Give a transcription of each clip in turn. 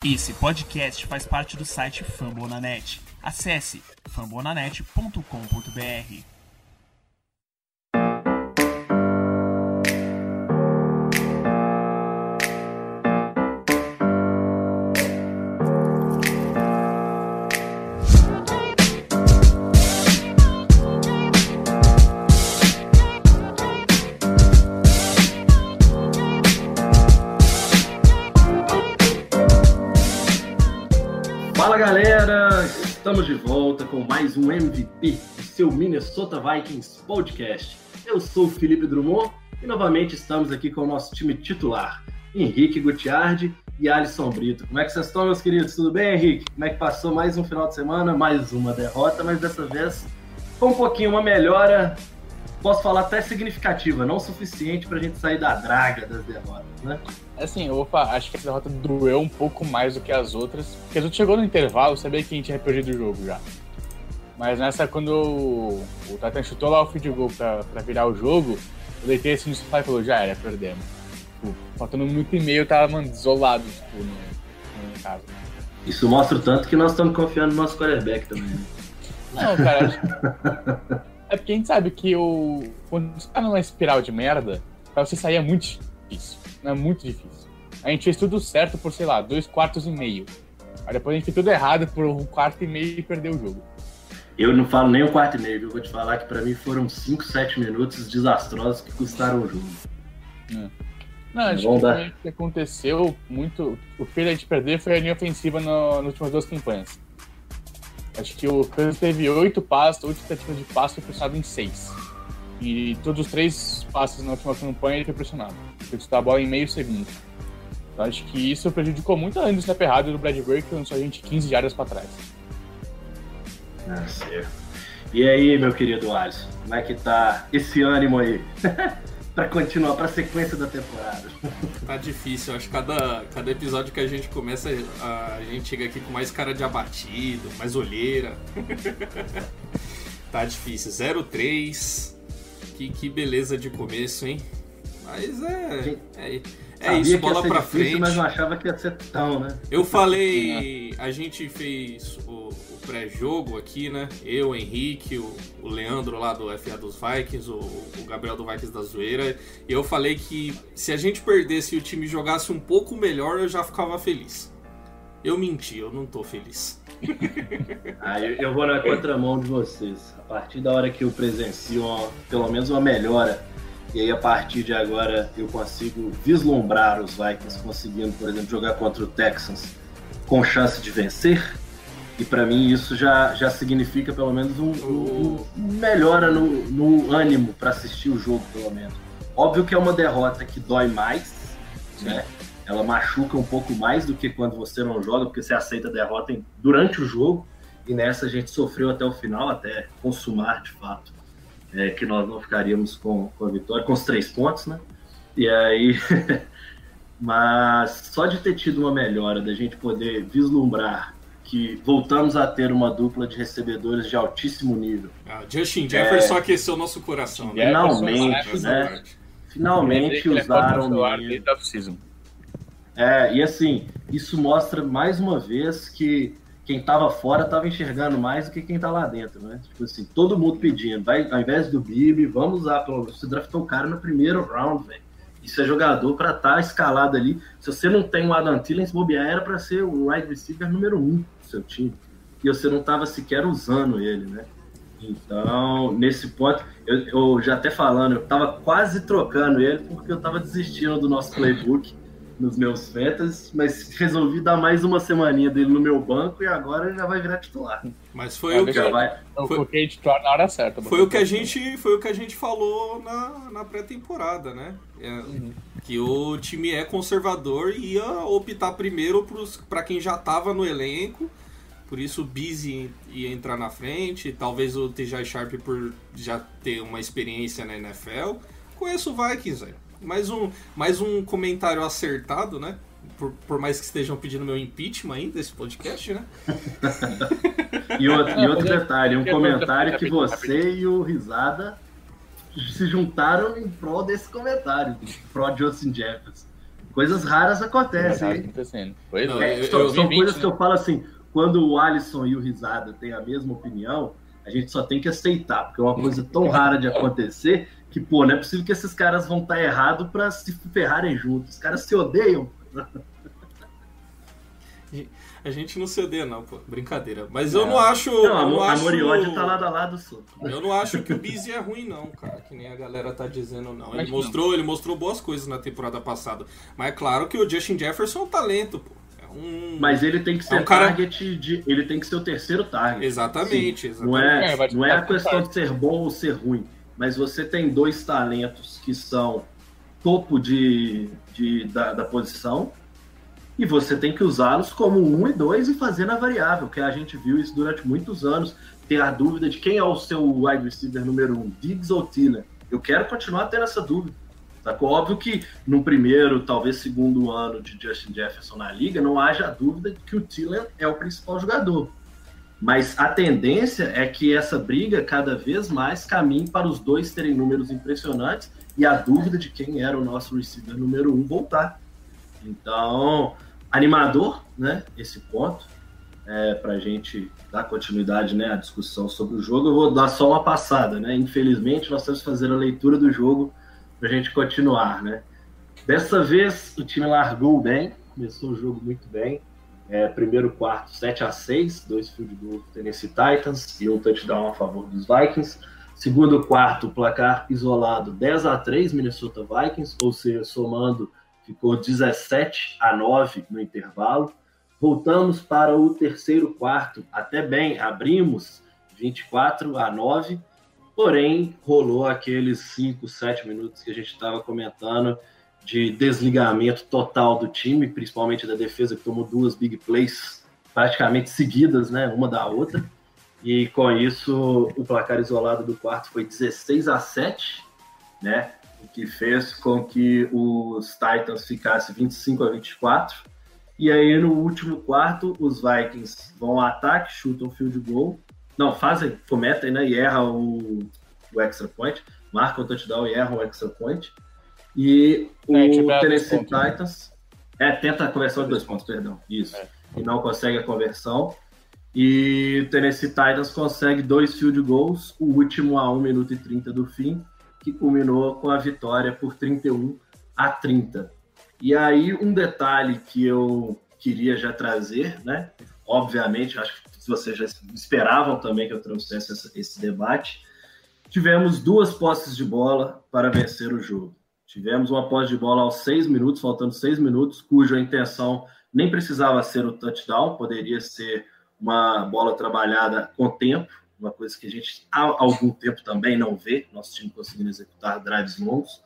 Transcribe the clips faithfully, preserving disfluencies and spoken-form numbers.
Esse podcast faz parte do site Fambonanet. Acesse fambonanet ponto com ponto b r. Fala galera, estamos de volta com mais um M V P do seu Minnesota Vikings Podcast. Eu sou o Felipe Drummond e novamente estamos aqui com o nosso time titular, Henrique Gutiardi e Alisson Brito. Como é que vocês estão, meus queridos? Tudo bem, Henrique? Como é que passou mais um final de semana, mais uma derrota, mas dessa vez foi um pouquinho uma melhora, posso falar até significativa, não o suficiente para a gente sair da draga das derrotas, né? Assim, opa, acho que essa derrota doeu um pouco mais do que as outras, porque as outras chegou no intervalo, eu sabia que a gente ia perder o jogo já. Mas nessa, quando o, o Tatan chutou lá o field goal pra, pra virar o jogo, eu deitei assim no sofá e falou, já era, perdemos. Tipo, faltando um minuto e meio, eu tava, mano, desolado, tipo, no, no caso. Isso mostra o tanto que nós estamos confiando no nosso quarterback também, né? Não, cara, acho... é porque a gente sabe que o... quando você tá numa espiral de merda, pra você sair é muito difícil. É muito difícil. A gente fez tudo certo por, sei lá, dois quartos e meio. Aí depois a gente fez tudo errado por um quarto e meio e perdeu o jogo. Eu não falo nem um quarto e meio, eu vou te falar que pra mim foram cinco, sete minutos desastrosos que custaram o jogo. É. Não, acho que o que aconteceu muito... O que fez a gente perder foi a linha ofensiva no, nas últimas duas campanhas. Acho que o Kansas teve oito passes, oito tentativas de passe foi pressionado em seis. E todos os três passes na última campanha ele foi pressionado. Foi chutar a bola em meio segundo. Então acho que isso prejudicou muito além do snap errado do Bradbury, que lançou a gente quinze jardas pra trás. Ah, certo. E aí, meu querido Alisson, como é que tá esse ânimo aí? Pra continuar, pra sequência da temporada. Tá difícil, acho que cada, cada episódio que a gente começa, a gente chega aqui com mais cara de abatido, mais olheira. Tá difícil, zero três. Que, que beleza de começo, hein? Mas é, é, é isso, bola pra difícil, frente. Mas não achava que ia ser tão, né? Eu falei, a gente fez o, o pré-jogo aqui, né? Eu, o Henrique, o, o Leandro lá do F A dos Vikings, o, o Gabriel do Vikings da Zoeira. E eu falei que se a gente perdesse e o time jogasse um pouco melhor, eu já ficava feliz. Eu menti, eu não tô feliz. Ah, eu, eu vou na contramão de vocês. A partir da hora que eu presencio uma, pelo menos uma melhora, e aí a partir de agora eu consigo vislumbrar os Vikings conseguindo, por exemplo, jogar contra o Texans com chance de vencer, e para mim isso já, já significa pelo menos um, um, um melhora no, no ânimo para assistir o jogo, pelo menos. Óbvio que é uma derrota que dói mais, né? Ela machuca um pouco mais do que quando você não joga, porque você aceita a derrota em, durante o jogo, e nessa a gente sofreu até o final, até consumar de fato, é, que nós não ficaríamos com, com a vitória, com os três pontos, né? E aí, mas só de ter tido uma melhora, da gente poder vislumbrar que voltamos a ter uma dupla de recebedores de altíssimo nível. Ah, Justin Jefferson é... aqueceu nosso coração, né? Finalmente, né? Finalmente usaram o É, e assim, isso mostra mais uma vez que quem estava fora estava enxergando mais do que quem está lá dentro, né? Tipo assim, todo mundo pedindo, vai, ao invés do Bibi, vamos usar, pelo menos, você draftou o cara no primeiro round, velho. Isso é jogador para estar tá escalado ali. Se você não tem o Adam Thielen, se bobear, era para ser o wide receiver número um do seu time. E você não estava sequer usando ele, né? Então, nesse ponto, eu, eu já até falando, eu estava quase trocando ele porque eu estava desistindo do nosso playbook nos meus fantasy, mas resolvi dar mais uma semaninha dele no meu banco e agora ele já vai virar titular. Mas foi o que já vai... eu coloquei titular na hora certa. Foi o que a gente, foi o que a gente falou na, na pré-temporada, né? É, uhum. Que o time é conservador e ia optar primeiro para quem já estava no elenco. Por isso o Busy ia entrar na frente, talvez o T J Sharp por já ter uma experiência na N F L. Conheço o Vikings, velho. Mais um, mais um comentário acertado, né? Por, por mais que estejam pedindo meu impeachment ainda, esse podcast, né? e, outro, e outro detalhe, um comentário que você e o Risada se juntaram em prol desse comentário, em prol de Justin Jefferson. Coisas raras acontecem, hein? Acontecendo. Pois Não, É, eu- são eu- são vinte, coisas né? que eu falo assim, quando o Alisson e o Risada têm a mesma opinião, a gente só tem que aceitar, porque é uma coisa tão rara de acontecer que, pô, não é possível que esses caras vão estar errados pra se ferrarem juntos. Os caras se odeiam. A gente não se odeia, não, pô. Brincadeira. Mas eu não acho. Não, eu amor, não acho... amor e ódio tá lado a lado, só. Eu não acho que o Busy é ruim, não, cara. Que nem a galera tá dizendo, não. Ele Acho que mostrou, ele mostrou boas coisas na temporada passada. Mas é claro que o Justin Jefferson é um talento, pô. É um... Mas ele tem que ser É um cara- target de. Ele tem que ser o terceiro target. Exatamente, Sim. exatamente. Não é, É, vai não é a disputar com questão target. de ser bom ou ser ruim. Mas você tem dois talentos que são topo de, de, da, da posição. E você tem que usá-los como um e dois e fazer na variável, que a gente viu isso durante muitos anos. Ter a dúvida de quem é o seu wide receiver número um, Diggs ou Thielen. Eu quero continuar tendo essa dúvida. Sacou? Óbvio que no primeiro, talvez segundo ano de Justin Jefferson na liga, não haja dúvida de que o Thielen é o principal jogador. Mas a tendência é que essa briga cada vez mais caminhe para os dois terem números impressionantes e a dúvida de quem era o nosso receiver número um voltar. Então, animador, né, esse ponto, é, para a gente dar continuidade, né, à discussão sobre o jogo. Eu vou dar só uma passada, né? Infelizmente, nós temos que fazer a leitura do jogo para a gente continuar, né? Dessa vez, o time largou bem, começou o jogo muito bem. É, primeiro quarto, sete a seis, dois field goals do Tennessee Titans e um touchdown a favor dos Vikings. Segundo quarto, placar isolado, dez a três, Minnesota Vikings, ou seja, somando, ficou dezessete a nove no intervalo. Voltamos para o terceiro quarto, até bem, abrimos vinte e quatro a nove, porém rolou aqueles cinco, sete minutos que a gente estava comentando de desligamento total do time, principalmente da defesa, que tomou duas big plays praticamente seguidas, né, uma da outra, e com isso o placar isolado do quarto foi dezesseis a sete, né, o que fez com que os Titans ficassem vinte e cinco a vinte e quatro, e aí no último quarto os Vikings vão ao ataque, chutam o field goal, não, fazem, cometem, né, e erram o, o extra point, marcam o touchdown e erram o extra point, e o É, tipo, é Tennessee dois pontos, Titans é, tenta a conversão de dois pontos, perdão, isso, É. e não consegue a conversão, e o Tennessee Titans consegue dois field goals, o último a um minuto e trinta do fim, que culminou com a vitória por trinta e um a trinta. E aí um detalhe que eu queria já trazer, né, obviamente, acho que vocês já esperavam também que eu trouxesse esse, esse debate, tivemos duas posses de bola para vencer o jogo. Tivemos uma posse de bola aos seis minutos, faltando seis minutos, cuja intenção nem precisava ser o touchdown, poderia ser uma bola trabalhada com tempo, uma coisa que a gente há algum tempo também não vê, nosso time conseguindo executar drives longos.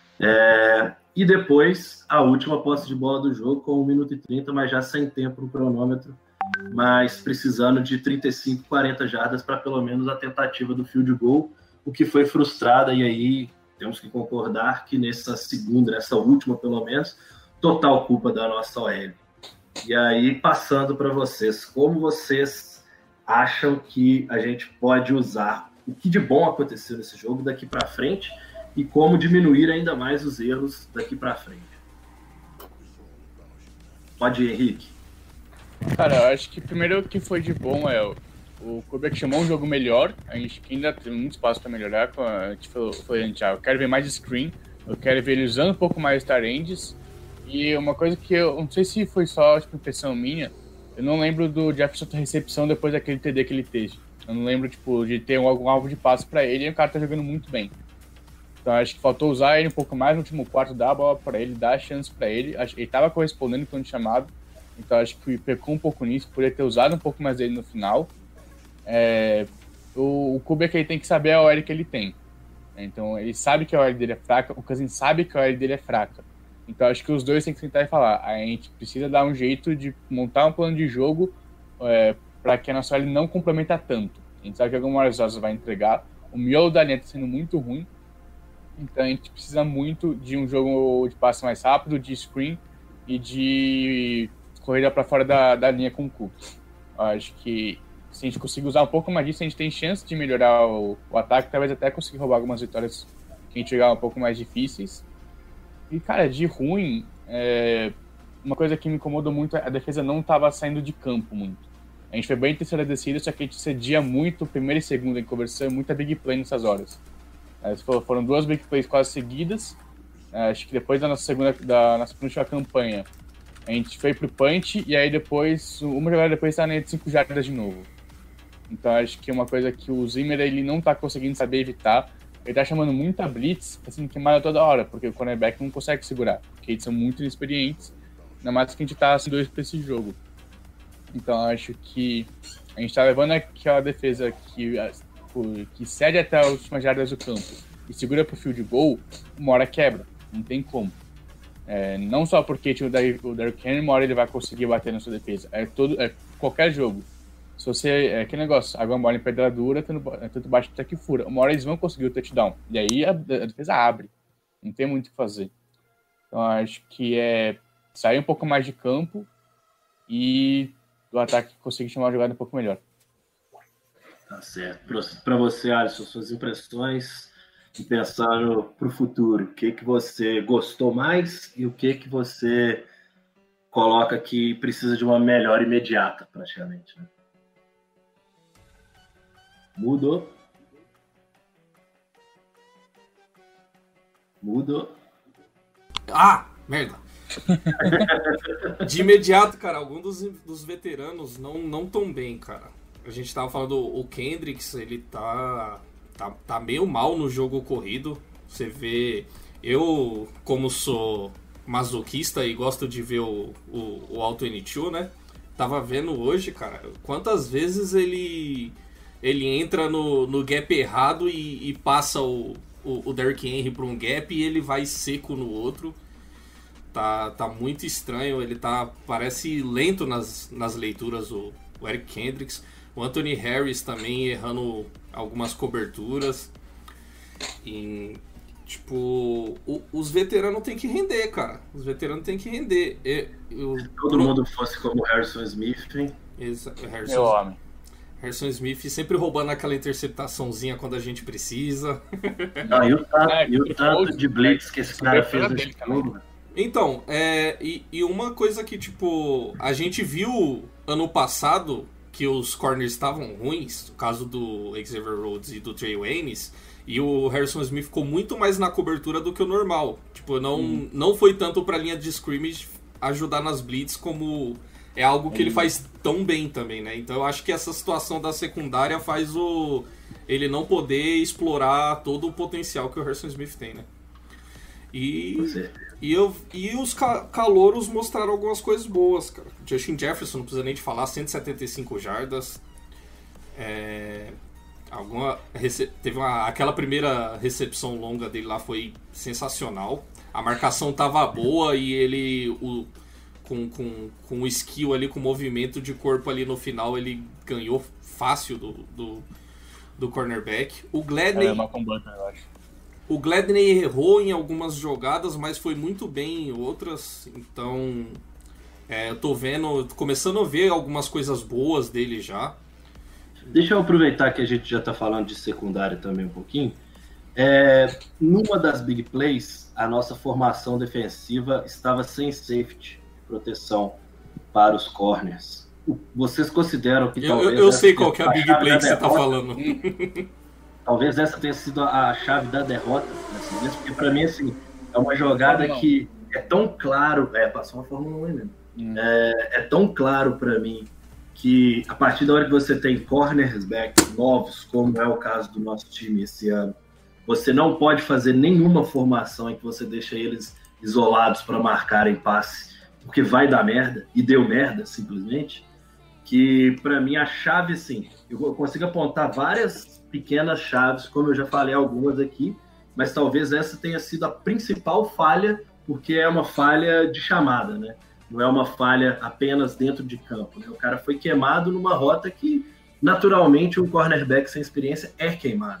É, e depois, a última posse de bola do jogo, com um minuto e trinta, mas já sem tempo no cronômetro, mas precisando de trinta e cinco, quarenta jardas para pelo menos a tentativa do field goal, o que foi frustrada, e aí temos que concordar que nessa segunda, nessa última pelo menos, total culpa da nossa O L. E aí, passando para vocês, como vocês acham que a gente pode usar o que de bom aconteceu nesse jogo daqui para frente e como diminuir ainda mais os erros daqui para frente? Pode ir, Henrique. Cara, eu acho que primeiro o que foi de bom é o, o Kubiak chamou um jogo melhor, a gente ainda tem muito espaço para melhorar, a gente falou, foi, a gente, ah, eu quero ver mais screen, eu quero ver ele usando um pouco mais tight ends, e uma coisa que eu não sei se foi só tipo, impressão minha, eu não lembro do Jefferson ter recepção depois daquele T D que ele teve, eu não lembro tipo, de ter algum alvo de passe para ele, e o cara tá jogando muito bem. Então acho que faltou usar ele um pouco mais no último quarto, dar a bola para ele, dar a chance para ele, ele tava correspondendo quando chamado. Então acho que pecou um pouco nisso, poderia ter usado um pouco mais dele no final. É, o, o Kubiak tem que saber a O L que ele tem. Então ele sabe que a O L dele é fraca, o Cousins sabe que a O L dele é fraca. Então acho que os dois têm que sentar e falar, a gente precisa dar um jeito de montar um plano de jogo é, para que a nossa O L não comprometa tanto. A gente sabe que algumas horas vai entregar, o miolo da linha está sendo muito ruim, então a gente precisa muito de um jogo de passe mais rápido, de screen e de corrida para fora da, da linha com o Cook. Acho que se a gente conseguir usar um pouco mais disso, a gente tem chance de melhorar o, o ataque, talvez até conseguir roubar algumas vitórias que a gente jogar um pouco mais difíceis. E, cara, de ruim, é, uma coisa que me incomodou muito, a defesa não estava saindo de campo muito. A gente foi bem em terceira descida, só que a gente cedia muito primeira e segunda em conversão, muita big play nessas horas. É, foram duas big plays quase seguidas. É, acho que depois da nossa segunda, da nossa última campanha, a gente foi pro punch e aí depois, uma jogada depois está na de cinco jardas de novo. Então acho que é uma coisa que o Zimmer ele não tá conseguindo saber evitar. Ele tá chamando muita blitz, assim, queimada toda hora, porque o cornerback não consegue segurar, porque eles são muito inexperientes, ainda mais que a gente tá assim dois pra esse jogo. Então acho que a gente tá levando aquela defesa que, que cede até as últimas jardas do campo e segura pro field goal, uma hora quebra, não tem como. É, não só porque tinha o Derrick Henry, uma hora ele vai conseguir bater na sua defesa, é, todo, é qualquer jogo. Se você, é aquele negócio, água mole em pedra dura, tanto, tanto bate até que fura. Uma hora eles vão conseguir o touchdown. E aí a, a defesa abre. Não tem muito o que fazer. Então acho que é sair um pouco mais de campo e o ataque conseguir chamar a jogada um pouco melhor. Tá certo. Para você, Alisson, suas impressões e pensando para o futuro. O que, que você gostou mais e o que, que você coloca que precisa de uma melhora imediata, praticamente, né? Mudou. Mudou. Ah, merda. De imediato, cara, alguns dos, dos veteranos não não tão bem, cara. A gente tava falando, o Kendricks, ele tá, tá, tá meio mal no jogo corrido. Você vê, eu, como sou masoquista e gosto de ver o, o, o Auto N dois, né? Tava vendo hoje, cara, quantas vezes ele... ele entra no, no gap errado e, e passa o, o, o Derrick Henry para um gap e ele vai seco no outro. Tá, tá muito estranho, ele tá, parece lento nas, nas leituras, o, o Eric Kendricks. O Anthony Harris também errando algumas coberturas. E, tipo, o, os veteranos tem que render, cara. Os veteranos tem que render. Eu, eu, Se todo mundo fosse como o Harrison Smith, hein? Exa- Harrison, Meu homem. Harrison Smith sempre roubando aquela interceptaçãozinha quando a gente precisa. Não, e o tanto, É, e o tanto de blitz que esse cara fez no jogo. Então, é, e, e uma coisa que, tipo, a gente viu ano passado que os corners estavam ruins, no caso do Xavier Rhodes e do Trey Waynes, e o Harrison Smith ficou muito mais na cobertura do que o normal. Tipo, não, hum. não foi tanto pra linha de scrimmage ajudar nas blitz como é algo que hum. ele faz tão bem também, né? Então eu acho que essa situação da secundária faz o ele não poder explorar todo o potencial que o Harrison Smith tem, né? E, e, eu, e os ca- calouros mostraram algumas coisas boas, cara. Justin Jefferson, não precisa nem de falar, cento e setenta e cinco jardas. É, alguma, rece- teve uma, aquela primeira recepção longa dele lá foi sensacional. A marcação tava boa e ele, o, com, com, com o skill ali, com o movimento de corpo ali no final, ele ganhou fácil do, do, do cornerback. O Gladney... É uma combate, eu acho. O Gladney errou em algumas jogadas, mas foi muito bem em outras. Então, é, eu tô vendo, começando a ver algumas coisas boas dele já. Deixa eu aproveitar que a gente já tá falando de secundária também um pouquinho. É, numa das big plays, a nossa formação defensiva estava sem safety, proteção para os corners. Vocês consideram que eu, talvez... Eu, eu sei qual que é a big play que você tá falando. Talvez essa tenha sido a chave da derrota, assim, porque para mim assim, é uma jogada que é tão claro, é, passou uma Fórmula um mesmo, hum. é, é tão claro para mim que a partir da hora que você tem cornerbacks novos, como é o caso do nosso time esse ano, você não pode fazer nenhuma formação em que você deixa eles isolados para marcarem passe, porque vai dar merda, e deu merda simplesmente, que para mim a chave, assim, eu consigo apontar várias pequenas chaves, como eu já falei algumas aqui, mas talvez essa tenha sido a principal falha, porque é uma falha de chamada, né? Não é uma falha apenas dentro de campo, né? O cara foi queimado numa rota que, naturalmente, um cornerback sem experiência é queimado.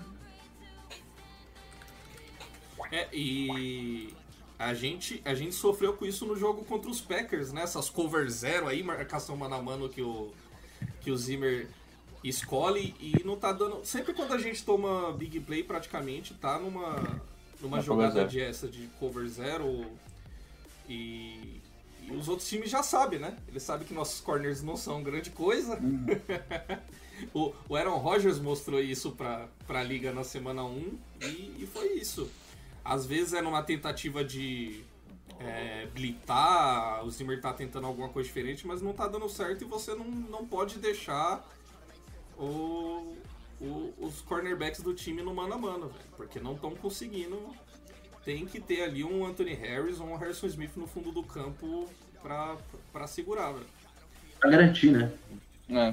É, e a gente, a gente sofreu com isso no jogo contra os Packers, né? Essas cover zero aí, marcação mano a mano que o, que o Zimmer escolhe e não tá dando... Sempre quando a gente toma big play, praticamente tá numa, numa jogada de essa de cover zero E, e os outros times já sabem, né? Eles sabem que nossos corners não são grande coisa. Uhum. o, o Aaron Rodgers mostrou isso pra, pra liga na semana um e, e foi isso. Às vezes é numa tentativa de é, blitzar, o Zimmer tá tentando alguma coisa diferente, mas não tá dando certo e você não, não pode deixar o, o, os cornerbacks do time no mano a mano, velho, porque não estão conseguindo. Tem que ter ali um Anthony Harris ou um Harrison Smith no fundo do campo pra, pra segurar, velho. Pra garantir, né? É.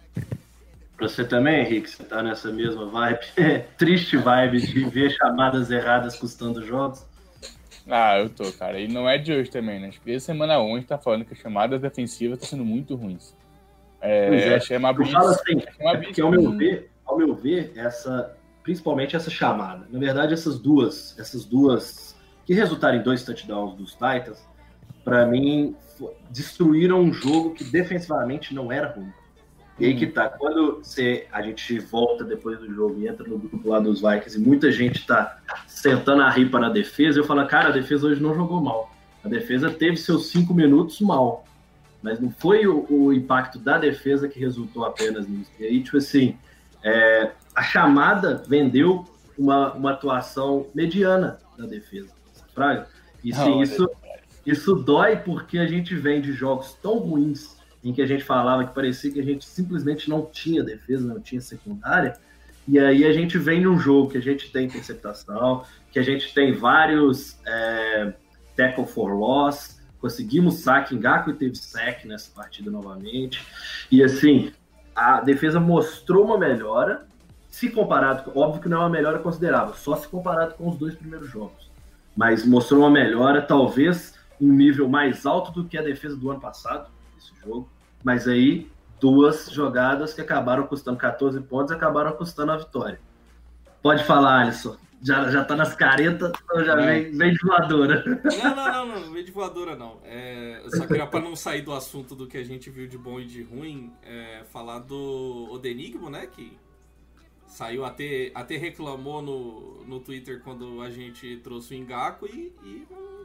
Pra você também, Henrique, você tá nessa mesma vibe? Triste vibe de ver chamadas erradas custando jogos? Ah, eu tô, cara. E não é de hoje também, né? Acho que desde semana um a gente tá falando que as chamadas defensivas estão sendo muito ruins. É, pois é. Achei uma brisa. Eu falo assim, uma é porque, ao meu ver, ao meu ver, essa, principalmente essa chamada, na verdade, essas duas, essas duas que resultaram em dois touchdowns dos Titans, pra mim, destruíram um jogo que defensivamente não era ruim. E aí que tá, quando você, a gente volta depois do jogo e entra no grupo lá dos Vikings e muita gente tá sentando a ripa na defesa, eu falo, cara, a defesa hoje não jogou mal. A defesa teve seus cinco minutos mal, mas não foi o, o impacto da defesa que resultou apenas nisso. E aí, tipo assim, é, a chamada vendeu uma, uma atuação mediana da defesa, fraga. E sim, não, isso, isso dói porque a gente vem de jogos tão ruins em que a gente falava que parecia que a gente simplesmente não tinha defesa, não tinha secundária, e aí a gente vem num jogo que a gente tem interceptação, que a gente tem vários é, tackle for loss, conseguimos saque, Ngakoue teve sack nessa partida novamente, e assim, a defesa mostrou uma melhora, se comparado, óbvio que não é uma melhora considerável, só se comparado com os dois primeiros jogos, mas mostrou uma melhora, talvez um nível mais alto do que a defesa do ano passado, jogo, mas aí duas jogadas que acabaram custando catorze pontos e acabaram custando a vitória. Pode falar, Alisson. Já, já tá nas caretas ou já vem, vem de voadora? Não, não, não, não, vem de voadora não. É, eu só queria, para não sair do assunto do que a gente viu de bom e de ruim, é, falar do Odenigbo, né, que saiu, até, até reclamou no, no Twitter quando a gente trouxe o Ngakoue e... e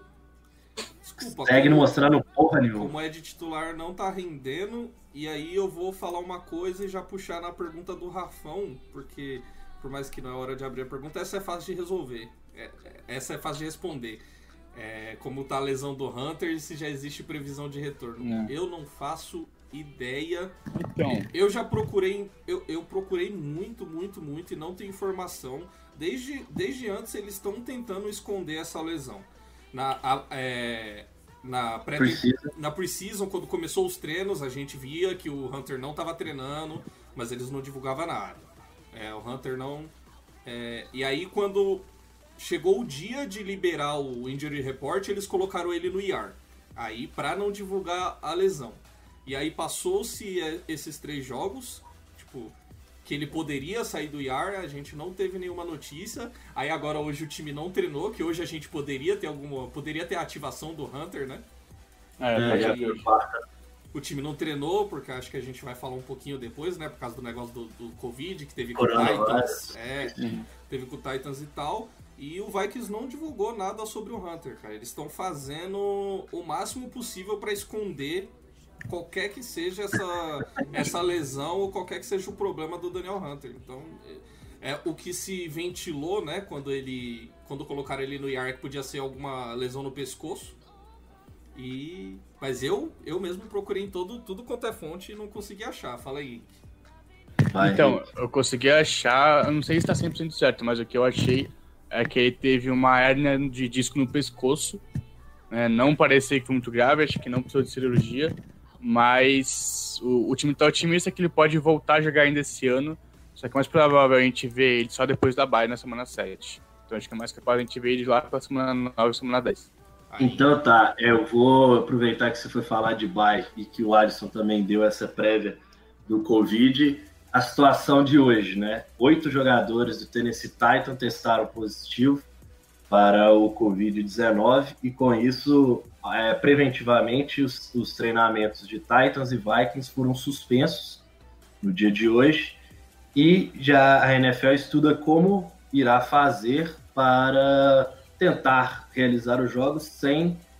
Desculpa, segue não mostrando porra nenhuma. Como é de titular, não tá rendendo. E aí eu vou falar uma coisa e já puxar na pergunta do Rafão, porque por mais que não é hora de abrir a pergunta, essa é fácil de resolver. É, essa é fácil de responder. É, como tá a lesão do Hunter e se já existe previsão de retorno. Não. Eu não faço ideia. Então. Eu já procurei, eu, eu procurei muito, muito, muito e não tenho informação. Desde, desde antes eles estão tentando esconder essa lesão. Na, a, é, na, pré na Pre-Season, quando começou os treinos, a gente via que o Hunter não estava treinando, mas eles não divulgavam nada. É, o Hunter não... É, e aí, quando chegou o dia de liberar o Injury Report, eles colocaram ele no I R. Aí, para não divulgar a lesão. E aí, passou-se esses três jogos, tipo... que ele poderia sair do I R, a gente não teve nenhuma notícia. Aí agora hoje o time não treinou, que hoje a gente poderia ter alguma. Poderia ter a ativação do Hunter, né? É, é, e, o time não treinou, porque acho que a gente vai falar um pouquinho depois, né? Por causa do negócio do, do Covid, que teve com o Titans. É, uhum. Teve com o Titans e tal. E o Vikings não divulgou nada sobre o Hunter, cara. Eles estão fazendo o máximo possível para esconder qualquer que seja essa, essa lesão ou qualquer que seja o problema do Daniel Hunter. Então, é, é o que se ventilou, né, quando ele quando colocaram ele no I R, que podia ser alguma lesão no pescoço. E mas eu eu mesmo procurei em todo tudo quanto é fonte e não consegui achar. Fala aí. Vai. Então, eu consegui achar, eu não sei se está cem por cento certo, mas o que eu achei é que ele teve uma hérnia de disco no pescoço. Né, não parecia que foi muito grave, acho que não precisou de cirurgia. Mas o, o time tá otimista que ele pode voltar a jogar ainda esse ano. Só que é mais provável a gente ver ele só depois da bye na semana sete. Então acho que é mais capaz a gente ver ele lá pra semana nove, semana dez. Então tá, eu vou aproveitar que você foi falar de bye e que o Alisson também deu essa prévia do Covid. A situação de hoje, né? Oito jogadores do Tennessee Titans testaram positivo para o covid dezenove e com isso, é, preventivamente, os, os treinamentos de Titans e Vikings foram suspensos no dia de hoje e já a N F L estuda como irá fazer para tentar realizar os jogos sem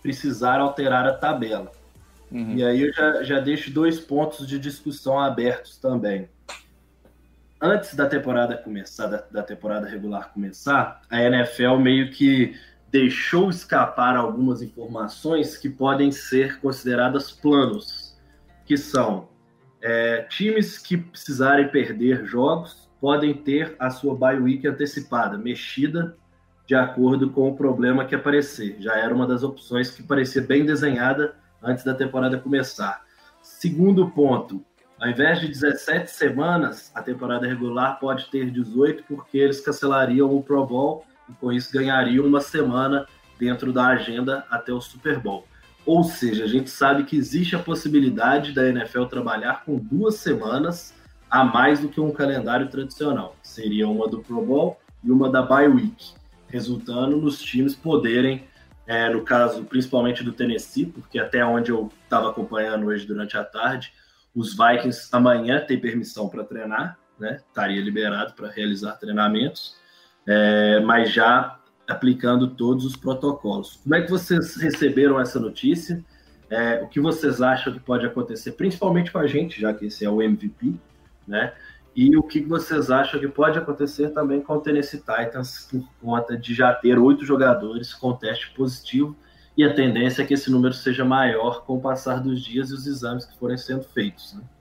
precisar alterar a tabela. Uhum. E aí eu já, já deixo dois pontos de discussão abertos também. Antes da temporada começar, da, da temporada regular começar, a N F L meio que deixou escapar algumas informações que podem ser consideradas planos, que são é, times que precisarem perder jogos podem ter a sua bye week antecipada, mexida de acordo com o problema que aparecer. Já era uma das opções que parecia bem desenhada antes da temporada começar. Segundo ponto, ao invés de dezessete semanas, a temporada regular pode ter dezoito, porque eles cancelariam o Pro Bowl e com isso ganhariam uma semana dentro da agenda até o Super Bowl. Ou seja, a gente sabe que existe a possibilidade da N F L trabalhar com duas semanas a mais do que um calendário tradicional. Seria uma do Pro Bowl e uma da bye week, resultando nos times poderem, é, no caso principalmente do Tennessee, porque até onde eu estava acompanhando hoje durante a tarde, os Vikings amanhã têm permissão para treinar, né? Estaria liberado para realizar treinamentos, é, mas já aplicando todos os protocolos. Como é que vocês receberam essa notícia? É, o que vocês acham que pode acontecer, principalmente com a gente, já que esse é o M V P, né? E o que vocês acham que pode acontecer também com o Tennessee Titans, por conta de já ter oito jogadores com teste positivo, e a tendência é que esse número seja maior com o passar dos dias e os exames que forem sendo feitos, né?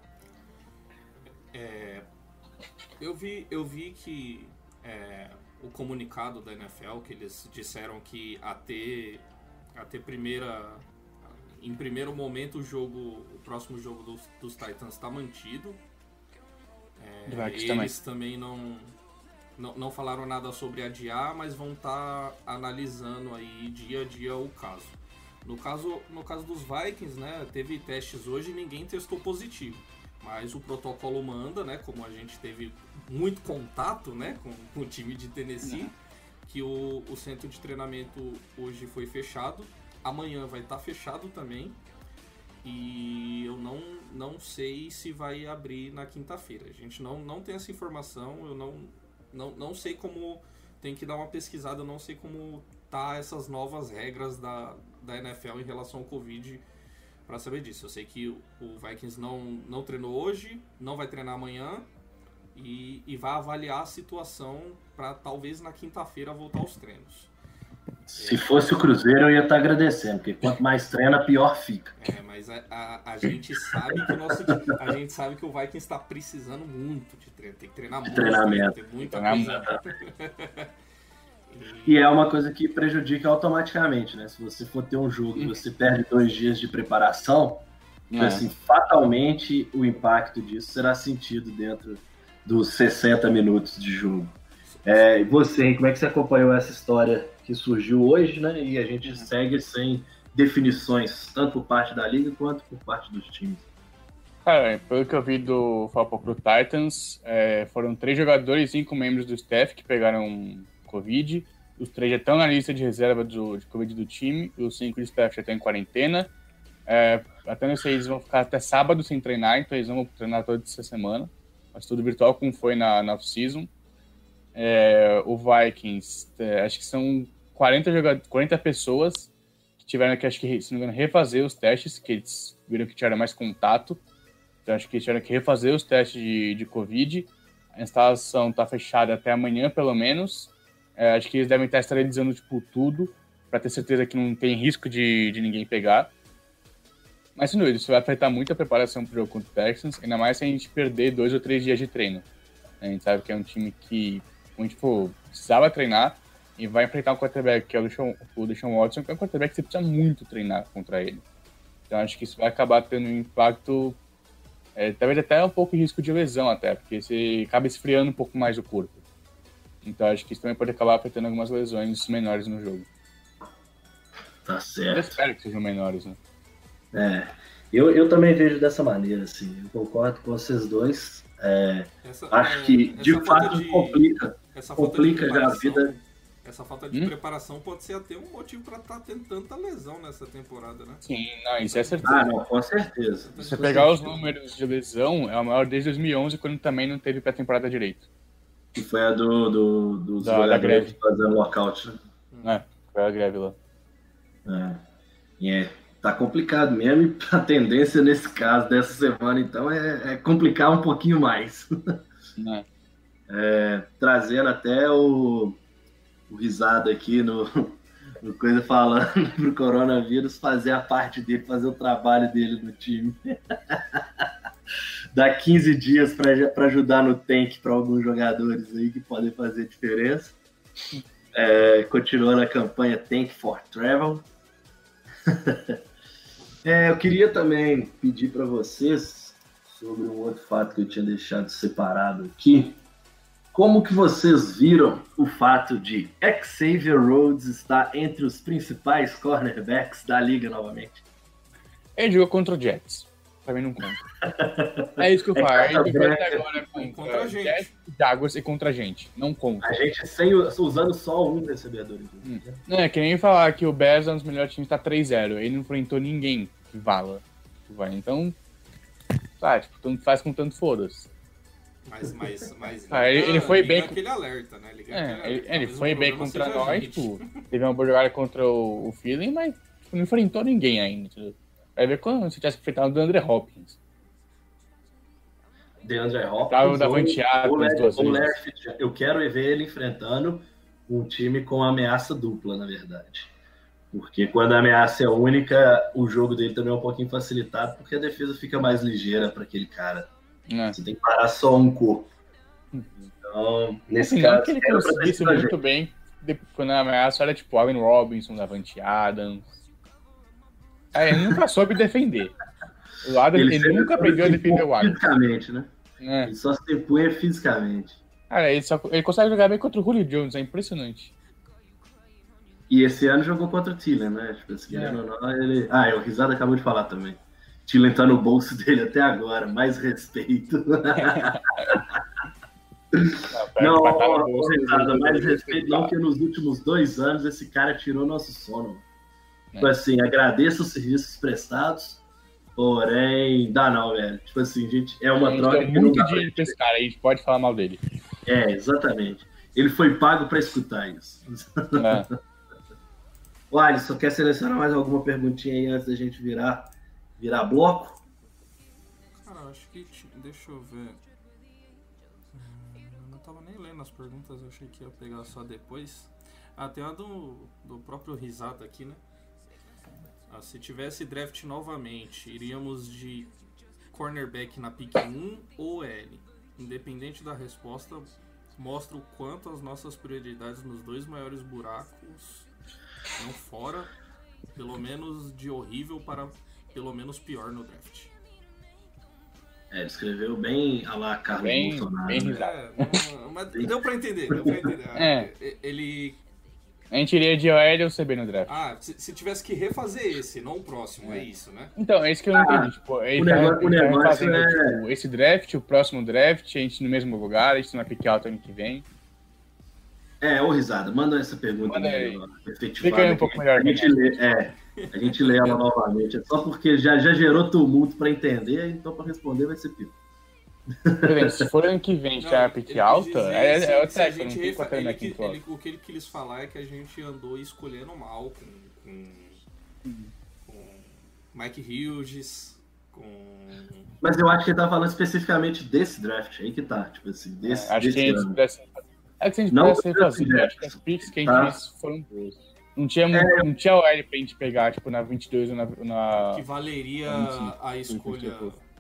É, eu, vi, eu vi que é, o comunicado da N F L, que eles disseram que até, até primeira, em primeiro momento o jogo, o próximo jogo dos, dos Titans está mantido. É, eles também, também não, não, não falaram nada sobre adiar, mas vão estar tá analisando aí dia a dia o caso. No caso, no caso dos Vikings, né, teve testes hoje e ninguém testou positivo. Mas o protocolo manda, né, como a gente teve muito contato, né, com, com o time de Tennessee, não. que o, o centro de treinamento hoje foi fechado. Amanhã vai estar tá fechado também. E eu não, não sei se vai abrir na quinta-feira. A gente não, não tem essa informação, eu não, não, não sei como... Tem que dar uma pesquisada, eu não sei como tá essas novas regras da, da N F L em relação ao Covid para saber disso. Eu sei que o, o Vikings não, não treinou hoje, não vai treinar amanhã e, e vai avaliar a situação para talvez na quinta-feira voltar aos treinos. Se é. fosse o Cruzeiro, eu ia estar agradecendo, porque quanto mais treina, pior fica. É, mas a, a, a gente sabe que o nosso a gente sabe que o Vikings está precisando muito de treino, tem que treinar muito, treinamento. Tem muita coisa. E é uma coisa que prejudica automaticamente, né? Se você for ter um jogo e você perde dois dias de preparação, é. assim, fatalmente o impacto disso será sentido dentro dos sessenta minutos de jogo. É, e você, como é que você acompanhou essa história que surgiu hoje, né? E a gente segue sem definições, tanto por parte da liga quanto por parte dos times. Cara, pelo que eu vi do Falcão pro Titans, é, foram três jogadores e cinco membros do staff que pegaram Covid. Os três já estão na lista de reserva do, de Covid do time, e os cinco de staff já estão em quarentena. É, até não sei, eles vão ficar até sábado sem treinar, então eles vão treinar toda essa semana. Mas tudo virtual, como foi na, na off-season. É, o Vikings, é, acho que são quarenta, jogadores, quarenta pessoas que tiveram que, acho que, se não me engano, refazer os testes, que eles viram que tiveram mais contato. Então, acho que tiveram que refazer os testes de, de Covid. A instalação está fechada até amanhã, pelo menos. É, acho que eles devem estar esterilizando tipo, tudo, para ter certeza que não tem risco de, de ninguém pegar. Mas, sem dúvida, isso vai afetar muito a preparação para o jogo contra o Texans, ainda mais se a gente perder dois ou três dias de treino. A gente sabe que é um time que a gente tipo, precisava treinar e vai enfrentar um quarterback, que é o Deshaun, o Deshaun Watson, que é um quarterback que você precisa muito treinar contra ele. Então, acho que isso vai acabar tendo um impacto, é, talvez até um pouco de risco de lesão, até, porque você acaba esfriando um pouco mais o corpo. Então, acho que isso também pode acabar afetando algumas lesões menores no jogo. Tá certo. Eu espero que sejam menores, né? É, eu, eu também vejo dessa maneira, assim, eu concordo com vocês dois. É, essa, acho é, que, de fato, de, complica, essa complica já a vida. Essa falta de hum? preparação pode ser até um motivo para estar tá tendo tanta lesão nessa temporada, né? Sim, não, isso é certeza. Ah, não, com certeza. Se você pegar os números de lesão, é o maior desde dois mil e onze, quando também não teve pré-temporada direito. Que foi a do, do, dos da, da greve fazendo lockout, né? É, foi a greve lá. É. É, tá complicado mesmo, e a tendência nesse caso dessa semana, então, é, é complicar um pouquinho mais. Né? É, trazendo até o, o risado aqui no, no coisa falando pro coronavírus fazer a parte dele, fazer o trabalho dele no time. Dá quinze dias para ajudar no tank para alguns jogadores aí que podem fazer diferença. É, continuando a campanha Tank for Travel. É, eu queria também pedir para vocês sobre um outro fato que eu tinha deixado separado aqui. Como que vocês viram o fato de Xavier Rhodes estar entre os principais cornerbacks da liga novamente? Ele jogou contra o Jets. Também não conta. É isso que eu falo. É ele jogou até agora contra, contra a gente. Jets, Jaguars e contra a gente. Não conta. A gente sem, usando só um recebedor. Hum. Não, é que nem falar que o Bears é um dos melhores times, tá três a zero. Ele não enfrentou ninguém que vala. Então, tá, tipo, tanto faz com tanto foda-se. Mas, mas, mas ah, ele, ele foi bem. Aquele alerta, né? Liga é, aquele ele, alerta. ele foi bem contra nós, gente. tipo, teve uma boa jogada contra o, o Feeling, mas tipo, não enfrentou ninguém ainda. Entendeu? Vai ver quando você tivesse enfrentado o DeAndre Hopkins. DeAndre Hopkins. Tava da Vanteada, eu quero ver ele enfrentando um time com ameaça dupla, na verdade. Porque quando a ameaça é única, o jogo dele também é um pouquinho facilitado, porque a defesa fica mais ligeira para aquele cara. É. Você tem que parar só um corpo. Então, nesse assim, caso... Não que ele conseguisse muito gente. bem, quando a ameaça era tipo Allen Robinson, Davante Adams. É, ele nunca soube defender. O Adams, ele, ele nunca aprendeu a defender o Adams. Fisicamente, né? É. Ele só se impunha fisicamente. Cara, ele, só, ele consegue jogar bem contra o Julio Jones, é impressionante. E esse ano jogou contra o Thielen, né? Tipo, esse é. ano, não, ele... Ah, o Risada acabou de falar também. Thielen tá no bolso dele até agora, mais respeito. Não, não bolso, Risada, mais respeito não, que nos últimos dois anos esse cara tirou nosso sono. É. Tipo assim, agradeço os serviços prestados, porém, dá não, velho. Tipo assim, gente, é uma troca que muito dinheiro pra esse cara, a gente pode falar mal dele. É, exatamente. Ele foi pago pra escutar isso. É. O Alisson, quer selecionar mais alguma perguntinha aí antes da gente virar, virar bloco? Cara, acho que... Deixa eu ver. Eu não tava nem lendo as perguntas, eu achei que ia pegar só depois. Ah, tem uma do, do próprio Risada aqui, né? Ah, se tivesse draft novamente, iríamos de cornerback na pick um ou L? Independente da resposta, mostra o quanto as nossas prioridades nos dois maiores buracos... Não fora, pelo menos de horrível para pelo menos pior no draft. É, ele escreveu bem a lá Carlos bem, Bolsonaro. Bem é, não, mas deu pra entender, deu pra entender. É. Ele... A gente iria de O L ou C B no draft. Ah, se, se tivesse que refazer esse, não o próximo, é, é isso, né? Então, é isso que eu não ah, entendi. Tipo, ele o tá, negócio, ele tá refazendo é... tipo, esse draft, o próximo draft, a gente no mesmo lugar, a gente na pick alta ano que vem. É, ô Risada, manda essa pergunta. Manda aí. Fica aí um pouco melhor. A gente, lê, é, a gente lê ela novamente. É só porque já, já gerou tumulto para entender, então para responder vai ser pior. Por exemplo, se for ano que vem já a pique alta, é, é o técnico, não tem quatro ele, ele, ele, O que ele quis falar é que a gente andou escolhendo mal com, com, com Mike Hughes, com... Mas eu acho que ele tá falando especificamente desse draft, aí que tá, tipo assim, desse, é, acho desse que ano. Pudesse... É que se a gente não pudesse fazer, acho que as picks que a gente tá. fez foram boas. Não tinha, é. não tinha O L pra gente pegar, tipo, na vinte e dois ou na... na... Que valeria na vinte e cinco, a escolha...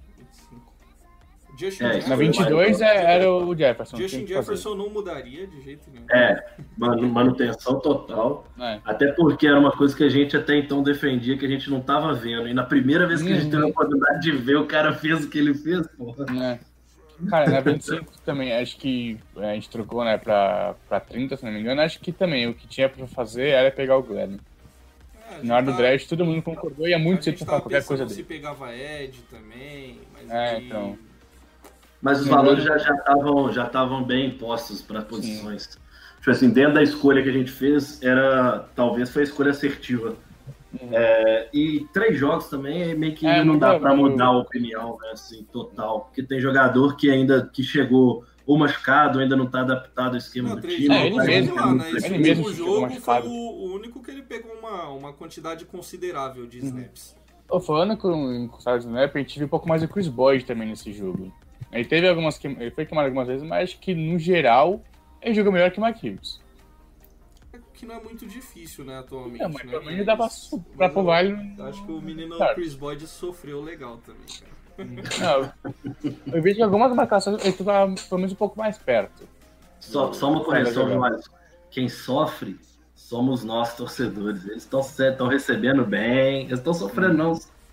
Justin é, na vinte e dois é, era o Jefferson. Justin Jefferson não mudaria de jeito nenhum. É, manutenção total. É. Até porque era uma coisa que a gente até então defendia, que a gente não tava vendo. E na primeira vez que uhum. a gente teve a oportunidade de ver, o cara fez o que ele fez, porra. É. Cara, na vinte e cinco também, acho que a gente trocou, né, pra, pra trinta, se não me engano. Acho que também o que tinha pra fazer era pegar o Glenn. É, na hora tá, do draft, todo mundo concordou e é muito cedo pra falar qualquer coisa dele. Se pegava Ed também, mas é, aí... então... Mas os valores já estavam já já bem postos para posições. Tipo assim, dentro da escolha que a gente fez, era talvez foi a escolha assertiva. Uhum. É, e três jogos também, meio que é, não dá para mudar a opinião, né, assim, total. Porque tem jogador que ainda que chegou ou machucado, ainda não está adaptado ao esquema não, do time. É, ele mesmo, lá, né? Esse ele mesmo jogo foi o, o único que ele pegou uma, uma quantidade considerável de snaps. Uhum. Falando com o Sarah Snap, a gente viu um pouco mais o Chris Boyd também nesse jogo. Ele teve algumas que... ele foi queimado algumas vezes, mas acho que no geral ele jogou melhor que o Mike Hughes. É que não é muito difícil, né, atualmente. Não, mas né? pelo menos dá pra, pra provar ele. Acho que o menino Chris Boyd sofreu legal também, cara. Não, eu vi que algumas marcações ele estava pelo menos um pouco mais perto. Só, só uma correção, João. Quem sofre somos nós, torcedores. Eles estão recebendo bem, eles estão sofrendo, não.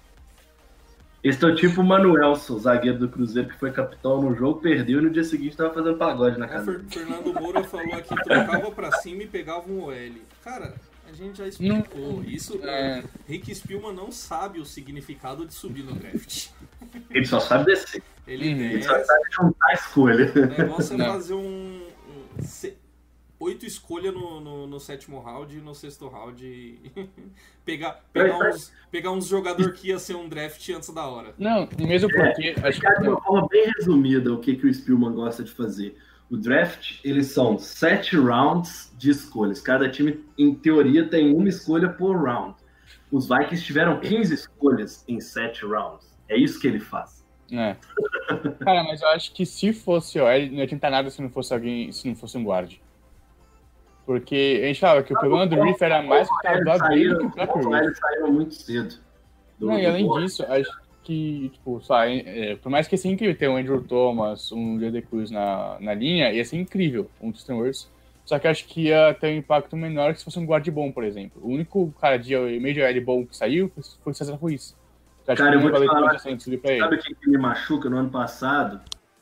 Eles estão tipo o Manuelson, zagueiro do Cruzeiro, que foi capitão no jogo, perdeu e no dia seguinte estava fazendo pagode na casa. O Fernando Moura falou aqui, trocava pra cima e pegava um O L. Cara, a gente já explicou. Não. Isso, é... Rick Spielman não sabe o significado de subir no draft. Ele só sabe descer. Ele, hum, ele só sabe juntar a escolha. O negócio é fazer um... um se... Oito escolhas no, no, no sétimo round e no sexto round e pegar, pegar, uns, pegar uns jogadores que ia ser um draft antes da hora. Não, mesmo porque... É, acho que de uma forma bem resumida o que, que o Spielman gosta de fazer. O draft, eles são sete rounds de escolhas. Cada time, em teoria, tem uma escolha por round. Os Vikings tiveram quinze escolhas em sete rounds. É isso que ele faz. É. Cara, mas eu acho que se fosse o L, não ia tentar nada se não fosse alguém, se não fosse um guard. Porque a gente falava que o problema do Reef era mais que o cara do lado dele que o próprio Reef. Eles saíram muito cedo. Do, não, e além do disso, acho que, tipo, sabe, é, por mais que ia ser incrível ter um Andrew Thomas, um J D Cruz na, na linha, ia ser incrível, um Tristan Wirfs. Só que acho que ia ter um impacto menor que se fosse um guard bom, por exemplo. O único cara de meio de L bom que saiu foi o César Ruiz. Cara, eu vou te falar, sabe o que, que me machuca no ano passado?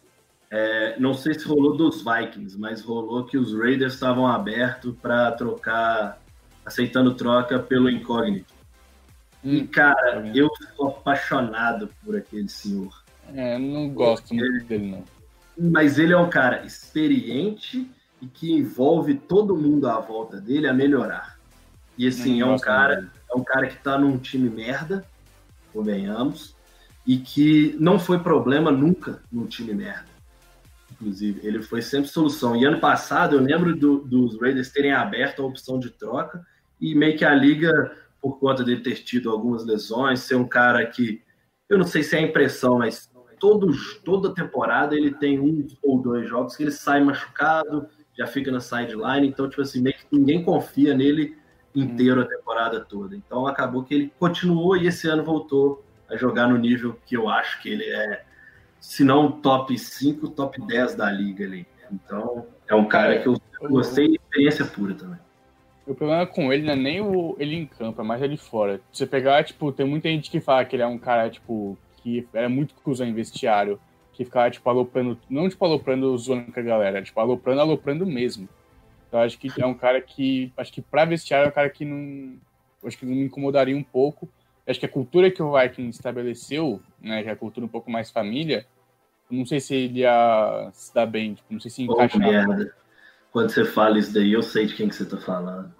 É, não sei se rolou dos Vikings, mas rolou que os Raiders estavam abertos para trocar, aceitando troca pelo Incógnito. Hum, e, cara, é. eu sou apaixonado por aquele senhor. É, eu não gosto muito ele, dele, não. Mas ele é um cara experiente e que envolve todo mundo à volta dele a melhorar. E, assim, é um, cara, é um cara que tá num time merda, convenhamos, e que não foi problema nunca num time merda. Inclusive, ele foi sempre solução. E ano passado, eu lembro do, dos Raiders terem aberto a opção de troca e meio que a liga, por conta dele ter tido algumas lesões, ser um cara que, eu não sei se é a impressão, mas todos, toda temporada ele tem um ou dois jogos que ele sai machucado, já fica na sideline, então, tipo assim, meio que ninguém confia nele inteiro a temporada toda. Então, acabou que ele continuou e esse ano voltou a jogar no nível que eu acho que ele é, se não top cinco, top dez da liga ali. Então, é um cara que eu gostei de experiência pura também. O problema com ele não é nem o, ele em campo, é mais ele fora. Você pegar, tipo, tem muita gente que fala que ele é um cara, tipo, que era muito cuzão em vestiário, que ficava, tipo, aloprando, não, tipo, aloprando zoando com a galera, tipo, aloprando, aloprando mesmo. Então, acho que é um cara que, acho que pra vestiário é um cara que não, acho que não me incomodaria um pouco. Acho que a cultura que o Viking estabeleceu, né, que é a cultura um pouco mais família, não sei se ele ia se dar bem, tipo, não sei se encaixa. Oh, merda. Quando você fala isso daí, eu sei de quem que você tá falando.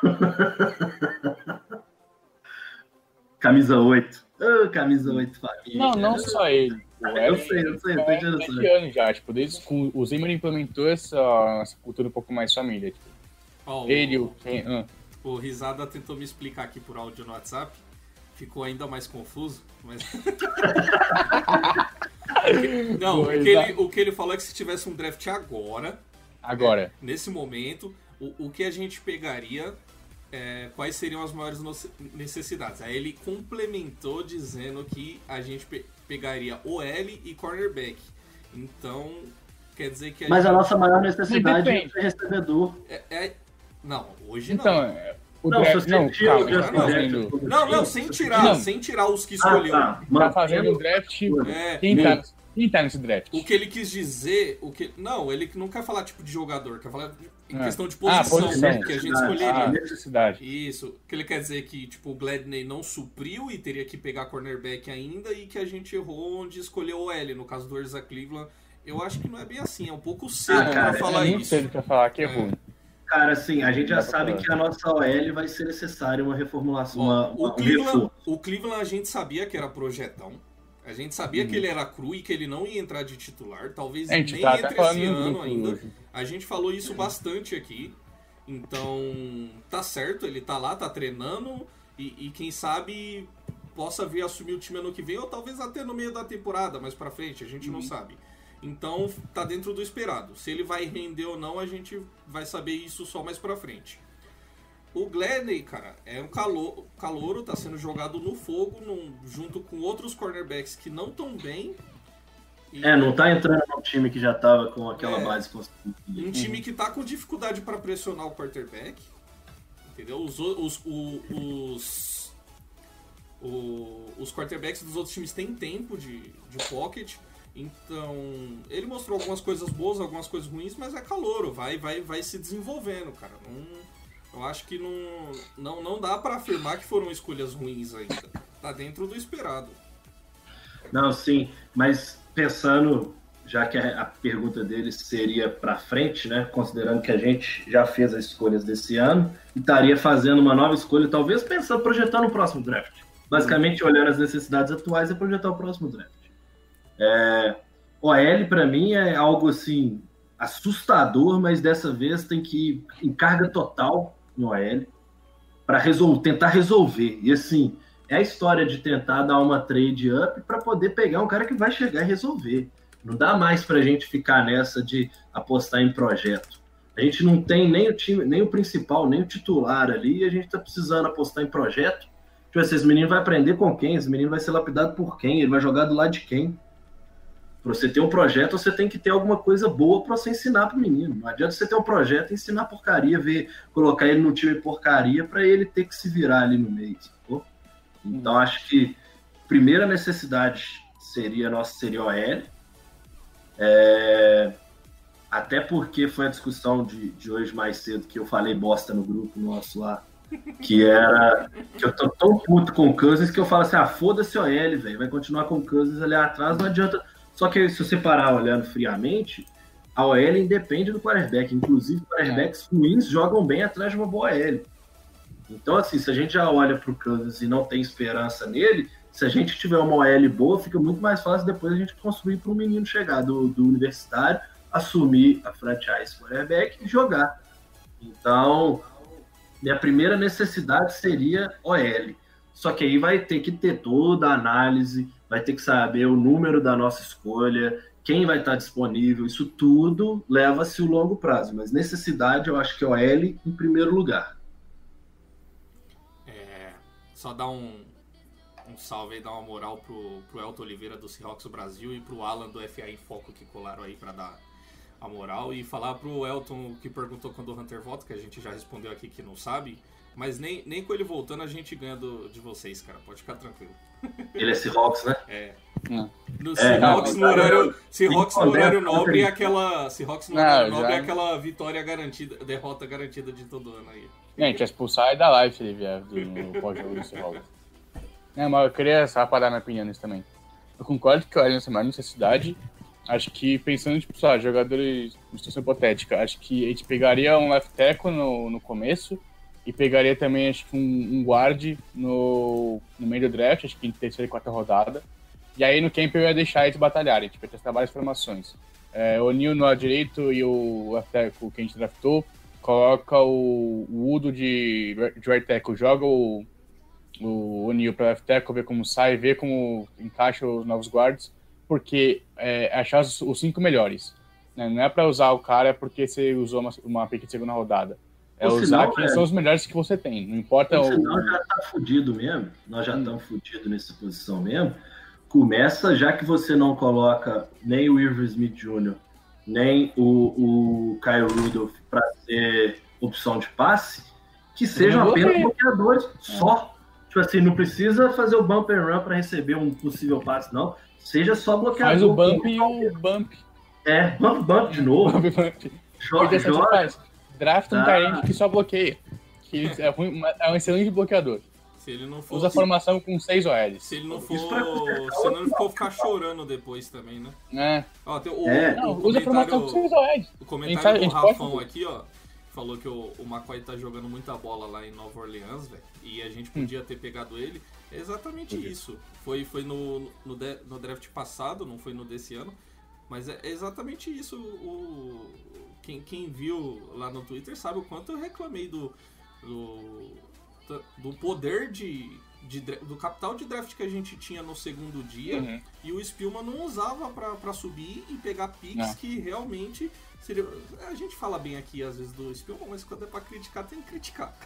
Camisa oito. Oh, camisa oito, família. Não, não só ele. Eu sei, eu sei, eu tô entendendo isso. anos já, tipo, desde que o Zimmer implementou essa, essa cultura um pouco mais família. Tipo. Oh, ele, o, o, quem, ah. o Risada tentou me explicar aqui por áudio no WhatsApp. Ficou ainda mais confuso, mas... Não, o que, ele, o que ele falou é que se tivesse um draft agora, agora. É, nesse momento, o, o que a gente pegaria, é, quais seriam as maiores necessidades. Aí ele complementou dizendo que a gente pe- pegaria O L e cornerback. Então, quer dizer que a Mas gente... a nossa maior necessidade é ser recebedor. É, é... Não, hoje então, não. É... O não, draft, não, tira calma, o tá fazendo... não, não, sem tirar, não. sem tirar os que escolheu. Ah, tá. Tá fazendo um draft. É, quem, tá, quem tá nesse draft? O que ele quis dizer, o que não, ele não quer falar tipo de jogador, quer falar em é. questão de posição, ah, posição que a gente escolheria. Ah, necessidade. Isso, o que ele quer dizer é que tipo o Gladney não supriu e teria que pegar cornerback ainda e que a gente errou onde escolheu o L, no caso do Erza Cleveland. Eu acho que não é bem assim, é um pouco cedo ah, cara, pra falar é isso. Muito cedo pra falar que é, é ruim. Cara, assim, a gente já sabe que a nossa O L vai ser necessária uma reformulação, uma, o, uma, Cleveland, um o Cleveland a gente sabia que era projetão. A gente sabia hum. que ele era cru e que ele não ia entrar de titular. Talvez nem tá entre esse ano ainda. Hoje. A gente falou isso bastante aqui. Então, tá certo, ele tá lá, tá treinando. E, e quem sabe possa vir assumir o time ano que vem. Ou talvez até no meio da temporada, mais pra frente. A gente hum. não sabe. Então, tá dentro do esperado. Se ele vai render ou não, a gente vai saber isso só mais pra frente. O Gladney, cara, é um calo, calouro, tá sendo jogado no fogo, num, junto com outros cornerbacks que não tão bem. E... É, não tá entrando no time que já tava com aquela é, base construída. Um time que tá com dificuldade pra pressionar o quarterback. Entendeu? Os, os, os, os, os, os quarterbacks dos outros times têm tempo de, de pocket. Então, ele mostrou algumas coisas boas, algumas coisas ruins, mas é calouro, vai, vai, vai se desenvolvendo, cara. Não, eu acho que não, não, não dá pra afirmar que foram escolhas ruins ainda. Tá dentro do esperado. Não, sim, mas pensando, já que a, a pergunta dele seria pra frente, né? Considerando que a gente já fez as escolhas desse ano e estaria fazendo uma nova escolha, talvez pensando, projetando o próximo draft. Basicamente, olhando as necessidades atuais e projetar o próximo draft. É, O L para mim é algo assim assustador, mas dessa vez tem que ir em carga total no O L para resol- tentar resolver. E assim, é a história de tentar dar uma trade up para poder pegar um cara que vai chegar e resolver. Não dá mais para a gente ficar nessa de apostar em projeto. A gente não tem nem o time, nem o principal, nem o titular ali, e a gente está precisando apostar em projeto. Tipo assim, esse menino vai aprender com quem? Esse menino vai ser lapidado por quem? Ele vai jogar do lado de quem? Para você ter um projeto, você tem que ter alguma coisa boa para você ensinar para o menino. Não adianta você ter um projeto e ensinar porcaria, ver, colocar ele no time porcaria para ele ter que se virar ali no meio. Sacou? Então, acho que a primeira necessidade seria nossa seria O L. É... Até porque foi a discussão de, de hoje mais cedo que eu falei bosta no grupo nosso lá. Que era que eu tô tão puto com o Cousins que eu falo assim: ah, foda-se O L, velho. Vai continuar com o Cousins ali atrás, não adianta. Só que se você parar olhando friamente, a O L independe do quarterback. Inclusive, quarterbacks ruins jogam bem atrás de uma boa O L. Então, assim, se a gente já olha pro Cousins e não tem esperança nele, se a gente tiver uma O L boa, fica muito mais fácil depois a gente construir para um menino chegar do, do universitário, assumir a franchise quarterback e jogar. Então, minha primeira necessidade seria O L. Só que aí vai ter que ter toda a análise, vai ter que saber o número da nossa escolha, quem vai estar disponível, isso tudo leva-se o longo prazo. Mas necessidade, eu acho que é O L em primeiro lugar. É, só dar um, um salve aí, dar uma moral pro, pro Elton Oliveira do Seahawks Brasil e pro Alan do F A em Foco que colaram aí para dar a moral. E falar pro Elton que perguntou quando o Hunter volta, que a gente já respondeu aqui que não sabe. Mas nem, nem com ele voltando a gente ganha do, de vocês, cara. Pode ficar tranquilo. Ele é Seahawks, né? É. Não. No É, Seahawks não, no horário, eu- Seahawks no eu- horário eu- nobre é aquela. Seahawks no Não, horário nobre já- é aquela vitória garantida, derrota garantida de todo ano aí. Gente, expulsar é da live se ele vier do- no pós-jogo do Seahawks. É, mas eu queria só para dar minha opinião nisso também. Eu concordo que o L nessa maior necessidade. Acho que pensando, tipo, só, jogadores de situação hipotética, acho que a gente pegaria um left tackle no, no começo e pegaria também, acho que um, um guard no, no meio do draft, acho que em terceira e quarta rodada. E aí no camp eu ia deixar eles batalharem, tipo, ia testar várias formações. É, o O'Neal no lado direito e o left tackle que a gente draftou, coloca o, o Udo de, de right tackle, joga o, o O'Neal para left tackle, vê como sai, vê como encaixa os novos guards, porque é achar os, os cinco melhores. Né? Não é para usar o cara porque você usou uma, uma pick de segunda rodada. É Ou usar senão, quem é- são os melhores que você tem. Não importa o... Senão já tá fudido mesmo. Nós já estamos fudidos nessa posição mesmo. Começa, já que você não coloca nem o Irv Smith Júnior, nem o, o Kyle Rudolph para ser opção de passe, que sejam Eu apenas gostei. bloqueadores só. Tipo assim, não precisa fazer o bump and run para receber um possível passe, não. Seja só bloqueador. Faz o bump e o bump. É, bump, bump de novo. Bump, bump. Joga, Porque assim, você joga. faz. Draft um Tá. talento que só bloqueia. Que é, ruim, mas é um excelente bloqueador. Se ele não for. Usa a formação com seis O Ls. Se ele não for. Isso pra consertar Se ele não for ficar chorando depois também, né? É. Ó, tem o, É. o Não, usa a formação com comentário, seis O Ls. o A comentário gente- a do gente pode Rafão fazer. aqui, ó. falou que o, o McCoy tá jogando muita bola lá em Nova Orleans, velho, e a gente podia hum. ter pegado ele. É exatamente okay. isso. Foi, foi no, no, de, no draft passado, não foi no desse ano, mas é exatamente isso. O, quem, quem viu lá no Twitter sabe o quanto eu reclamei do, do, do poder de, de, do capital de draft que a gente tinha no segundo dia, uhum. e o Spielman não usava pra, pra subir e pegar picks não. que realmente seria... A gente fala bem aqui às vezes do Spielman, mas quando é pra criticar, tem que criticar.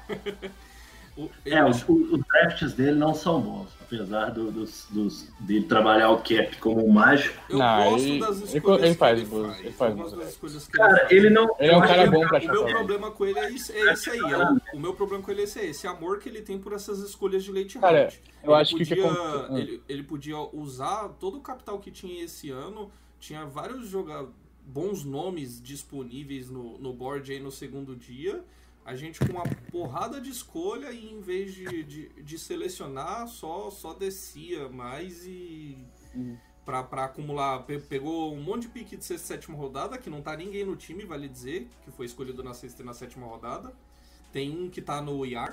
O, é, os, os drafts dele não são bons, apesar do, dos, dos, dele trabalhar o cap como um mágico. Eu não, gosto ele, das escolhas ele faz, que ele faz. Ele faz, eu gosto das escolhas que cara, ele, ele não. Ele é um cara bom pra O meu problema com ele é esse, é esse aí. É o, o meu problema com ele é esse, é esse amor que ele tem por essas escolhas de late cara, round. eu ele acho podia, que, que ele, ele podia usar todo o capital que tinha esse ano. Tinha vários joga, bons nomes disponíveis no, no board aí no segundo dia. A gente com uma porrada de escolha e em vez de, de, de selecionar, só, só descia mais e... Uhum. Pra, pra acumular... Pegou um monte de pique de sexta e sétima rodada, que não tá ninguém no time, vale dizer, que foi escolhido na sexta e na sétima rodada. Tem um que tá no I A R.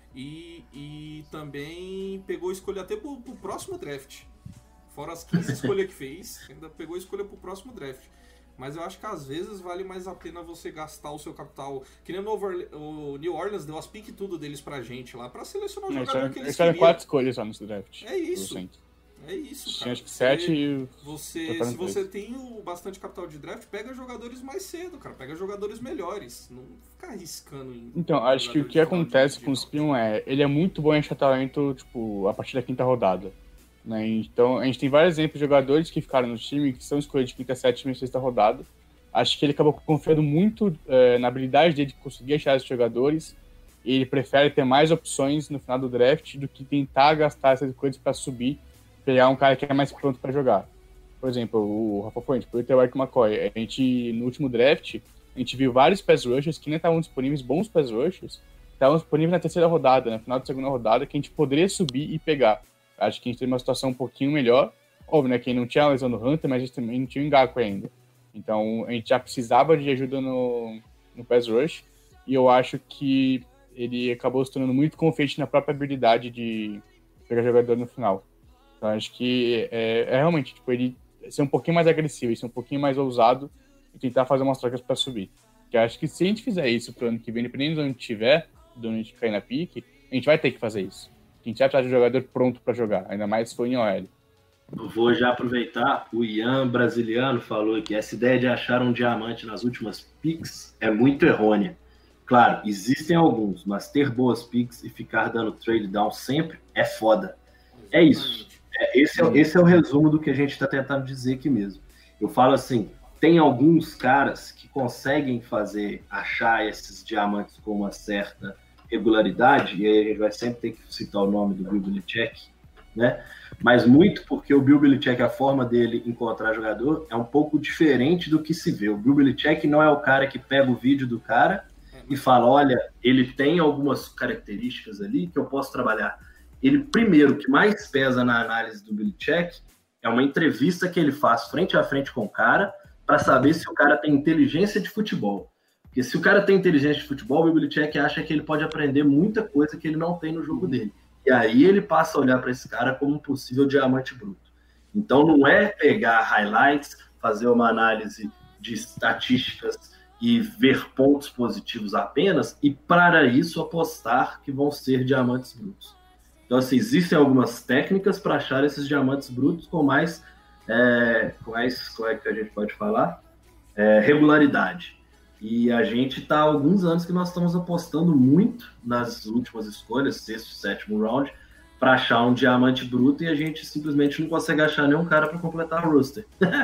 E, e também pegou escolha até pro, pro próximo draft. Fora as quinze escolhas que fez, ainda pegou escolha pro próximo draft. Mas eu acho que às vezes vale mais a pena você gastar o seu capital. Que nem o, Orle- o New Orleans deu as piques tudo deles pra gente lá, pra selecionar o não, jogador eles que eles queriam. queriam. quatro escolhas só no draft. É isso. É isso, cara. Tinha acho que sete e... Você, se você tem o bastante capital de draft, pega jogadores mais cedo, cara. Pega jogadores melhores. Não fica arriscando em... Então, acho que o que acontece com o Spion é... Ele é muito bom em achar talento, tipo, a partir da quinta rodada. Né? Então, a gente tem vários exemplos de jogadores que ficaram no time, que são escolhidos de quinta, sétima e sexta rodada. Acho que ele acabou confiando muito é, na habilidade dele de conseguir achar esses jogadores. E ele prefere ter mais opções no final do draft do que tentar gastar essas coisas para subir, pegar um cara que é mais pronto para jogar. Por exemplo, o Rafa Fuente, por ter o Eric McCoy. A gente, no último draft, a gente viu vários pass rushers que nem estavam disponíveis, bons pass rushers, estavam disponíveis na terceira rodada, no final da segunda rodada, que a gente poderia subir e pegar. Acho que a gente teve uma situação um pouquinho melhor. Óbvio, né? Que não tinha a lesão do Hunter, mas a gente também não tinha o Ngakoue ainda. Então, a gente já precisava de ajuda no, no pass rush. E eu acho que ele acabou se tornando muito confiante na própria habilidade de pegar jogador no final. Então, acho que é, é realmente, tipo, ele ser um pouquinho mais agressivo, ser um pouquinho mais ousado e tentar fazer umas trocas para subir. Porque eu acho que se a gente fizer isso pro ano que vem, dependendo de onde tiver, de onde a gente cair na pique, a gente vai ter que fazer isso. A gente vai precisar de um jogador pronto para jogar, ainda mais se for em O L. Eu vou já aproveitar, o Ian brasiliano falou que essa ideia de achar um diamante nas últimas picks é muito errônea. Claro, existem alguns, mas ter boas picks e ficar dando trade down sempre é foda. É isso. É, esse, é, esse é o resumo do que a gente está tentando dizer aqui mesmo. Eu falo assim, tem alguns caras que conseguem fazer, achar esses diamantes com uma certa regularidade, e aí a gente vai sempre ter que citar o nome do Bill Belichick, né? Mas muito porque o Bill Belichick, a forma dele encontrar jogador é um pouco diferente do que se vê. O Bill Belichick não é o cara que pega o vídeo do cara e fala, olha, ele tem algumas características ali que eu posso trabalhar. Ele, primeiro, o que mais pesa na análise do Belichick é uma entrevista que ele faz frente a frente com o cara para saber se o cara tem inteligência de futebol. Porque se o cara tem inteligência de futebol, o Belichick acha que ele pode aprender muita coisa que ele não tem no jogo dele. E aí ele passa a olhar para esse cara como um possível diamante bruto. Então não é pegar highlights, fazer uma análise de estatísticas e ver pontos positivos apenas e para isso apostar que vão ser diamantes brutos. Então assim, existem algumas técnicas para achar esses diamantes brutos com mais, é, com mais, como é que a gente pode falar? É, regularidade. E a gente está há alguns anos que nós estamos apostando muito nas últimas escolhas, sexto, sétimo round, para achar um diamante bruto e a gente simplesmente não consegue achar nenhum cara para completar o roster.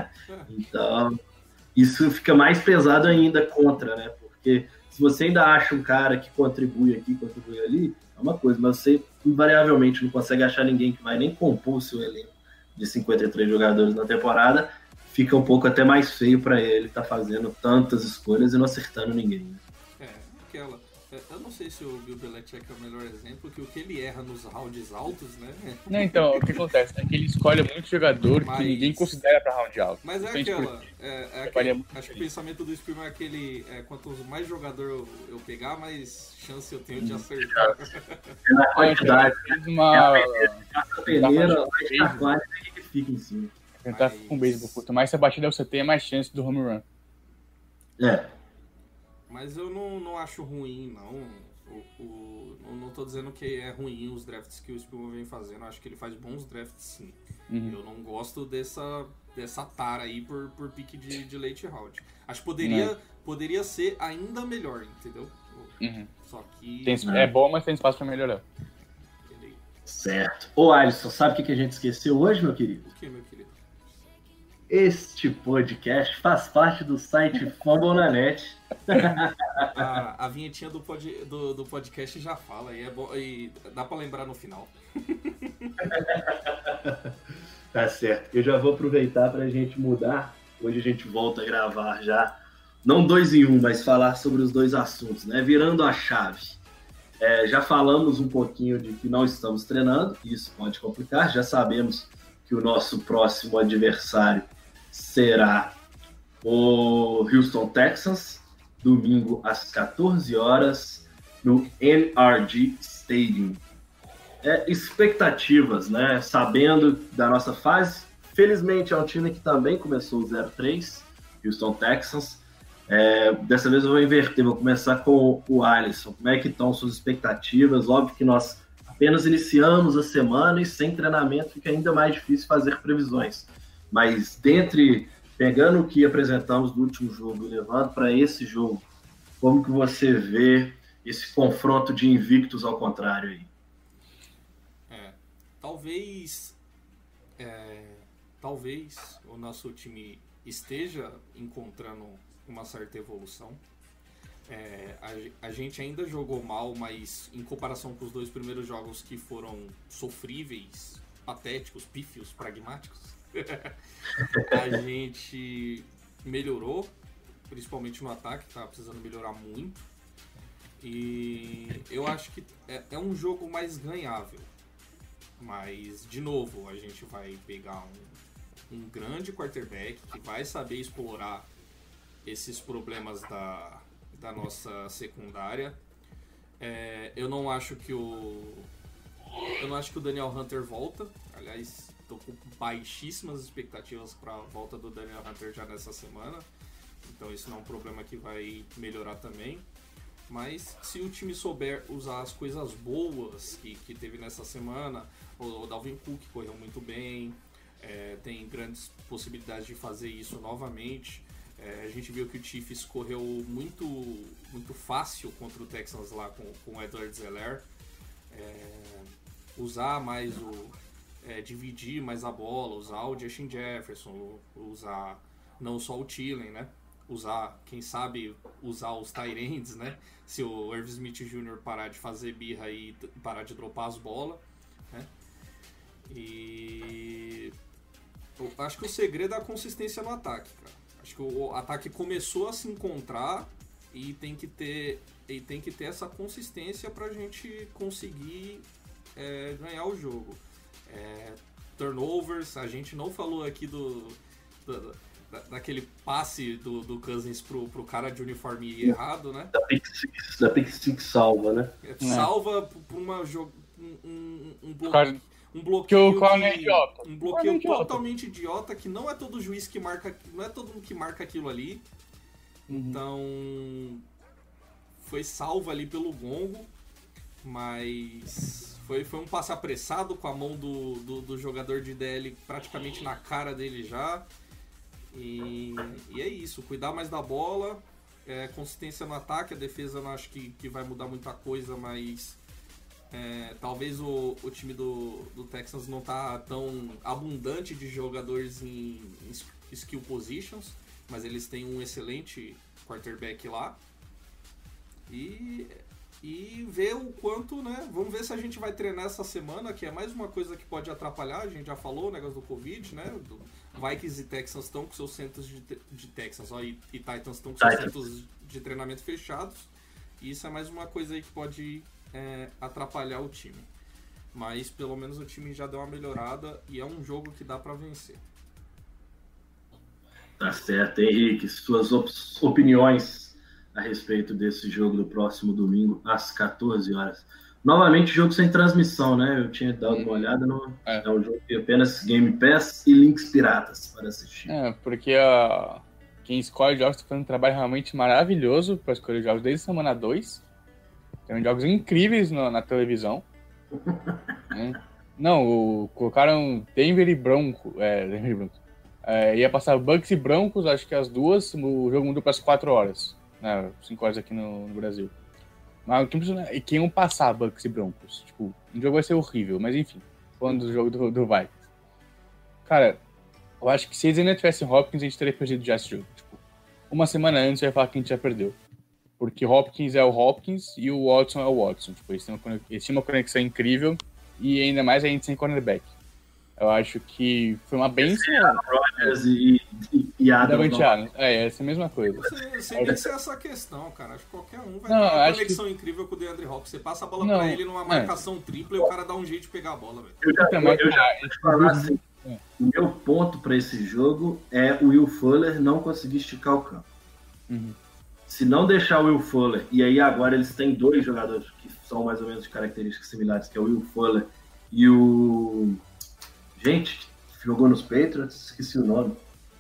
Então, isso fica mais pesado ainda contra, né? Porque se você ainda acha um cara que contribui aqui, contribui ali, é uma coisa, mas você invariavelmente não consegue achar ninguém que vai nem compor o seu elenco de cinquenta e três jogadores na temporada, fica um pouco até mais feio para ele estar tá fazendo tantas escolhas e não acertando ninguém. Né? É, aquela. Eu não sei se o Bill Belichick é o melhor exemplo, que o que ele erra nos rounds altos, né? Não, então, o que acontece é que ele escolhe muito jogador Mas... que ninguém considera pra round alto. Mas é aquela, é, é aquele, acho que o pensamento do Spielman é aquele, é, quanto mais jogador eu, eu pegar, mais chance eu tenho de acertar. Na quantidade, uma... a peneira, a quadra que fica em cima. Tentar Mas... com o beisebol, quanto mais você batida você tem, mais chance do home run. É. Mas eu não, não acho ruim, não. O, o, eu não tô dizendo que é ruim os drafts que o Spielman vem fazendo. Eu acho que ele faz bons drafts, sim. Uhum. Eu não gosto dessa, dessa tara aí por, por pique de, de late round. Acho que poderia, uhum. poderia ser ainda melhor, entendeu? Uhum. Só que... Tem, é bom, mas tem espaço pra melhorar. Certo. Ô, Alisson, sabe o que a gente esqueceu hoje, meu querido? O que, meu querido? Este podcast faz parte do site Fambonanet. A, a vinhetinha do, pod, do, do podcast já fala, e, é bom, e dá pra lembrar no final. Tá certo. Eu já vou aproveitar pra gente mudar. Hoje a gente volta a gravar já, não dois em um, mas falar sobre os dois assuntos, né? Virando a chave. É, já falamos um pouquinho de que não estamos treinando, isso pode complicar, já sabemos que o nosso próximo adversário será o Houston Texans, domingo às quatorze horas, no N R G Stadium. É, expectativas, né? Sabendo da nossa fase, felizmente é um time que também começou o zero três, Houston Texans. É, dessa vez eu vou inverter, vou começar com o Alisson. Como é que estão suas expectativas? Óbvio que nós apenas iniciamos a semana e sem treinamento fica ainda mais difícil fazer previsões. Mas dentre, pegando o que apresentamos do último jogo e levando para esse jogo, como que você vê esse confronto de invictos ao contrário aí? É, talvez, é, talvez o nosso time esteja encontrando uma certa evolução. É, a, a gente ainda jogou mal, mas em comparação com os dois primeiros jogos que foram sofríveis, patéticos, pífios, pragmáticos, a gente melhorou, principalmente no ataque, que tá precisando melhorar muito. E eu acho que é, é um jogo mais ganhável. Mas, de novo, a gente vai pegar um, um grande quarterback que vai saber explorar esses problemas da, da nossa secundária. É, eu não acho que o eu não acho que o Daniel Hunter volta. Aliás, estou com baixíssimas expectativas para a volta do Daniel Hunter já nessa semana. Então isso não é um problema que vai melhorar também. Mas se o time souber usar as coisas boas que, que teve nessa semana, o, o Dalvin Cook correu muito bem, é, tem grandes possibilidades de fazer isso novamente. É, a gente viu que o Chiefs correu muito, muito fácil contra o Texans lá com, com o Edward Zeller. É, usar mais o... É, dividir mais a bola, usar o Justin Jefferson, usar não só o Thielen, né? Usar, quem sabe, usar os tight ends, né? Se o Irv Smith Júnior parar de fazer birra e parar de dropar as bolas, né? E... eu acho que o segredo é a consistência no ataque, cara. Acho que o ataque começou a se encontrar e tem que ter, e tem que ter essa consistência pra gente conseguir é, ganhar o jogo. É, turnovers, a gente não falou aqui do, do da, daquele passe do, do Cousins pro, pro cara de uniforme errado, né? Da Pick Six, da Pick Six salva, né? É, salva por uma jo- um, um, um bloqueio. Um bloqueio, que, é idiota. Um bloqueio totalmente idiota, que não é todo juiz que marca, não é todo mundo que marca aquilo ali. Uhum. Então foi salvo ali pelo gongo, mas foi, foi um passe apressado com a mão do, do, do jogador de D L praticamente na cara dele já. E, e é isso, cuidar mais da bola, é, consistência no ataque, a defesa eu não acho que, que vai mudar muita coisa, mas É, talvez o, o time do, do Texans não tá tão abundante de jogadores em, em skill positions, mas eles têm um excelente quarterback lá. E, e ver o quanto, né? Vamos ver se a gente vai treinar essa semana, que é mais uma coisa que pode atrapalhar. A gente já falou o negócio do Covid, né? Do Vikings e Texans estão com seus centros de, de Texans, ó, e, e Titans estão com seus centros de treinamento fechados. Isso é mais uma coisa aí que pode é, atrapalhar o time. Mas pelo menos o time já deu uma melhorada e é um jogo que dá pra vencer. Tá certo, Henrique. Suas op- opiniões a respeito desse jogo do próximo domingo, às quatorze horas. Novamente, jogo sem transmissão, né? Eu tinha dado uma olhada. No... É. é um jogo de apenas Game Pass e links piratas para assistir. É, porque a... quem escolhe jogos está fazendo um trabalho realmente maravilhoso para escolher jogos desde semana dois. Tem jogos incríveis no, na televisão. É. Não, o... colocaram Denver e Bronco. É, Denver e Bronco. É, ia passar Bucks e Broncos, acho que as duas. O jogo mudou para as quatro horas. Né, cinco horas aqui no, no Brasil. Mas e quem iam passar Bucks e Broncos? Tipo, o jogo vai ser horrível, mas enfim. Falando do jogo do, do Vikings. Cara, eu acho que se eles ainda tivessem Hopkins, a gente teria perdido já esse jogo. Tipo, uma semana antes eu ia falar que a gente já perdeu. Porque Hopkins é o Hopkins e o Watson é o Watson. Tipo, eles têm uma, eles tinham uma conexão incrível e ainda mais a gente sem cornerback. Eu acho que foi uma bênção. Rodgers e, e, e Adams. É, essa é a mesma coisa. Sem, sem é. ser essa questão, cara. Acho que qualquer um vai não, ter uma conexão que... incrível com o DeAndre Hopkins. Você passa a bola não, pra ele numa marcação é. tripla e o cara dá um jeito de pegar a bola, velho. Eu já, eu, eu já vou te falar assim. É. O meu ponto pra esse jogo é o Will Fuller não conseguir esticar o campo. Uhum. Se não deixar o Will Fuller, e aí agora eles têm dois jogadores que são mais ou menos de características similares, que é o Will Fuller e o... Gente, jogou nos Patriots, esqueci o nome.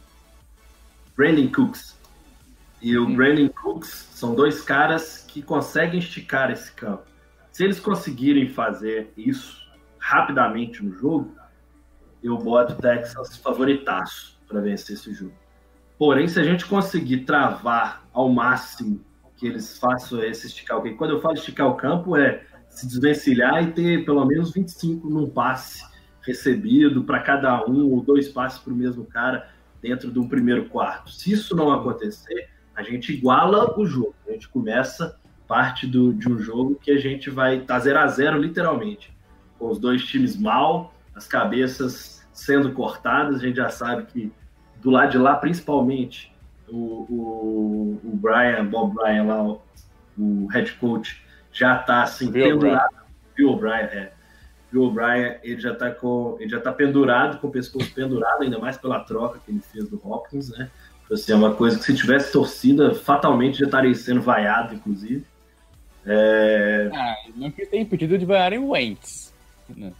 Brandon Cooks. E o hum. Brandon Cooks são dois caras que conseguem esticar esse campo. Se eles conseguirem fazer isso rapidamente no jogo, eu boto o Texas favoritaço para vencer esse jogo. Porém, se a gente conseguir travar ao máximo que eles façam esse esticar o campo, quando eu falo esticar o campo, é se desvencilhar e ter pelo menos vinte e cinco num passe recebido para cada um, ou dois passes para o mesmo cara dentro de um primeiro quarto. Se isso não acontecer, a gente iguala o jogo. A gente começa parte do, de um jogo que a gente vai estar tá zero a zero, literalmente. Com os dois times mal, as cabeças sendo cortadas. A gente já sabe que do lado de lá, principalmente, o, o, o Brian, Bob Brian lá, o, o head coach, já está assim, Bill pendurado. Bill Brian, é. O O'Brien, ele já está com, ele já tá pendurado, com o pescoço pendurado, ainda mais pela troca que ele fez do Hopkins, né? Assim, é uma coisa que se tivesse torcida, fatalmente já estaria sendo vaiado, inclusive. É... Ah, não que tem impedido de vaiar em Wentz. Né?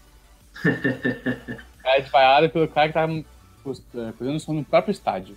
É vaiado pelo cara que tava fazendo som no próprio estádio.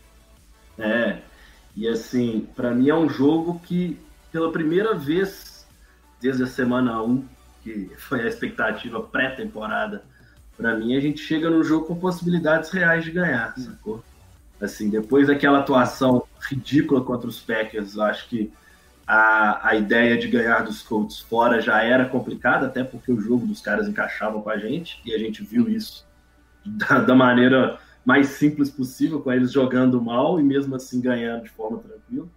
É, e assim, para mim é um jogo que, pela primeira vez, desde a semana um, que foi a expectativa pré-temporada, para mim a gente chega num jogo com possibilidades reais de ganhar, hum. sacou? Assim, depois daquela atuação ridícula contra os Packers, eu acho que a, a ideia de ganhar dos Colts fora já era complicada, até porque o jogo dos caras encaixava com a gente, e a gente viu isso da, da maneira mais simples possível, com eles jogando mal e mesmo assim ganhando de forma tranquila.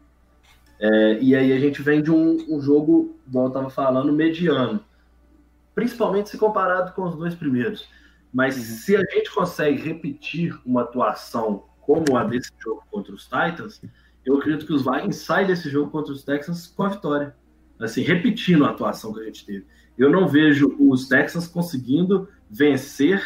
É, e aí a gente vem de um, um jogo, igual eu estava falando, mediano. Principalmente se comparado com os dois primeiros. Mas uhum. se a gente consegue repetir uma atuação como a desse jogo contra os Titans, eu acredito que os Vikings saem desse jogo contra os Texans com a vitória. Assim, repetindo a atuação que a gente teve. Eu não vejo os Texans conseguindo vencer,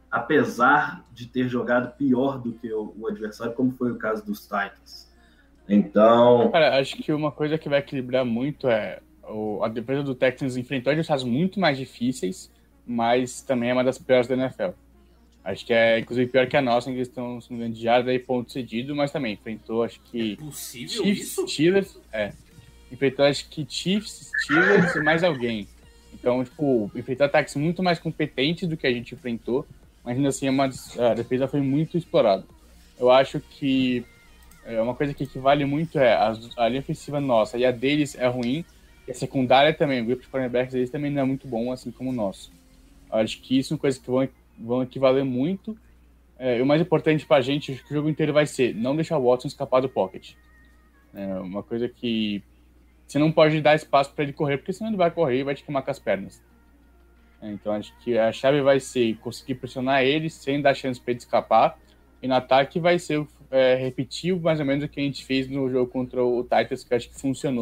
apesar de ter jogado pior do que o, o adversário, como foi o caso dos Titans. Então... Cara, acho que uma coisa que vai equilibrar muito é a defesa do Texans enfrentou adversários muito mais difíceis, mas também é uma das piores da N F L. Acho que é, inclusive, pior que a nossa, em questão de jarda e ponto cedido, mas também enfrentou, acho que... É possível Chiefs, isso? Steelers, é. Enfrentou, acho que Chiefs, Steelers e mais alguém. Então, tipo, enfrentou ataques muito mais competentes do que a gente enfrentou, mas ainda assim é uma, a defesa foi muito explorada. Eu acho que é, uma coisa que equivale muito é a, a linha ofensiva nossa e a deles é ruim, e a secundária também, o grupo de cornerbacks deles também não é muito bom, assim como o nosso. Eu acho que isso é uma coisa que vão, vão equivaler muito. É, e o mais importante pra gente, acho que o jogo inteiro vai ser não deixar o Watson escapar do pocket. É uma coisa que você não pode dar espaço para ele correr, porque senão ele vai correr e vai te queimar com as pernas. É, então acho que a chave vai ser conseguir pressionar ele sem dar chance para ele escapar. E no ataque vai ser é, repetir mais ou menos o que a gente fez no jogo contra o Titans, que acho que funcionou.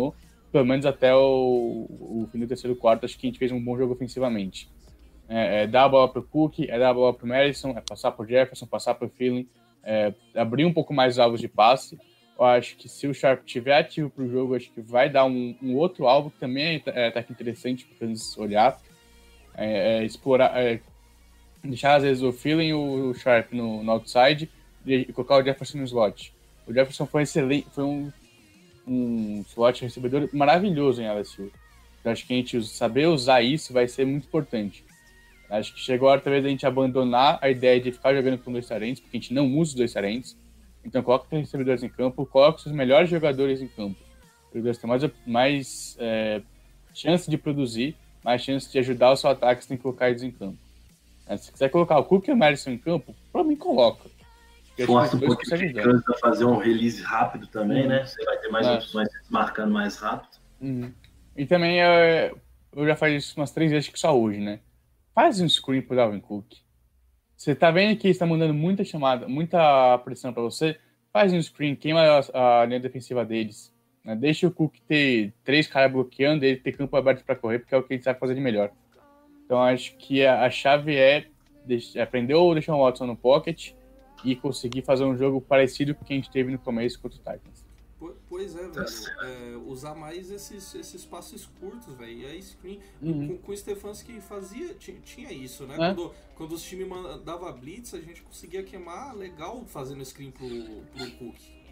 pelo menos até o, o fim do terceiro quarto, acho que a gente fez um bom jogo ofensivamente. É, é dar a bola pro Cook, é dar a bola pro Madison, é passar pro Jefferson, passar pro Thielen, é, abrir um pouco mais os alvos de passe. Eu acho que se o Sharp estiver ativo pro jogo, acho que vai dar um, um outro alvo que também é até que interessante para eles olhar. É, é, explorar, é, deixar às vezes o Thielen e o Sharp no, no outside e colocar o Jefferson no slot. O Jefferson foi excelente, foi um, um slot recebedor maravilhoso em L S U. Eu acho que a gente saber usar isso vai ser muito importante. Acho que chegou a hora talvez a gente abandonar a ideia de ficar jogando com dois tarentes, porque a gente não usa os dois tarentes. Então coloca os recebedores em campo, coloca os melhores jogadores em campo. Os jogadores têm mais, mais é, chance de produzir, mais chance de ajudar o seu ataque, você tem que colocar eles em campo. Se quiser colocar o Cook e o Madison em campo, pra mim coloca. Força um pouquinho de fazer um release rápido também, uhum. né? Você vai ter mais é. opções marcando mais rápido. Uhum. E também é, eu já faço isso umas três vezes que só hoje, né? Faz um screen pro Dalvin Cook. Você tá vendo que está mandando muita chamada, muita pressão para você? Faz um screen, queima a, a linha defensiva deles. Né? Deixa o Cook ter três caras bloqueando, ele ter campo aberto para correr, porque é o que ele sabe fazer de melhor. Então acho que a, a chave é deixar, aprender o Deshaun Watson no pocket e conseguir fazer um jogo parecido com o que a gente teve no começo contra o Titans. Pois é, velho. É, usar mais esses, esses passes curtos, velho. E a screen. Uhum. Com, com o Stefanski fazia, tinha, tinha isso, né? É. Quando, quando os times mandavam blitz, a gente conseguia queimar legal fazendo screen pro, pro Cook.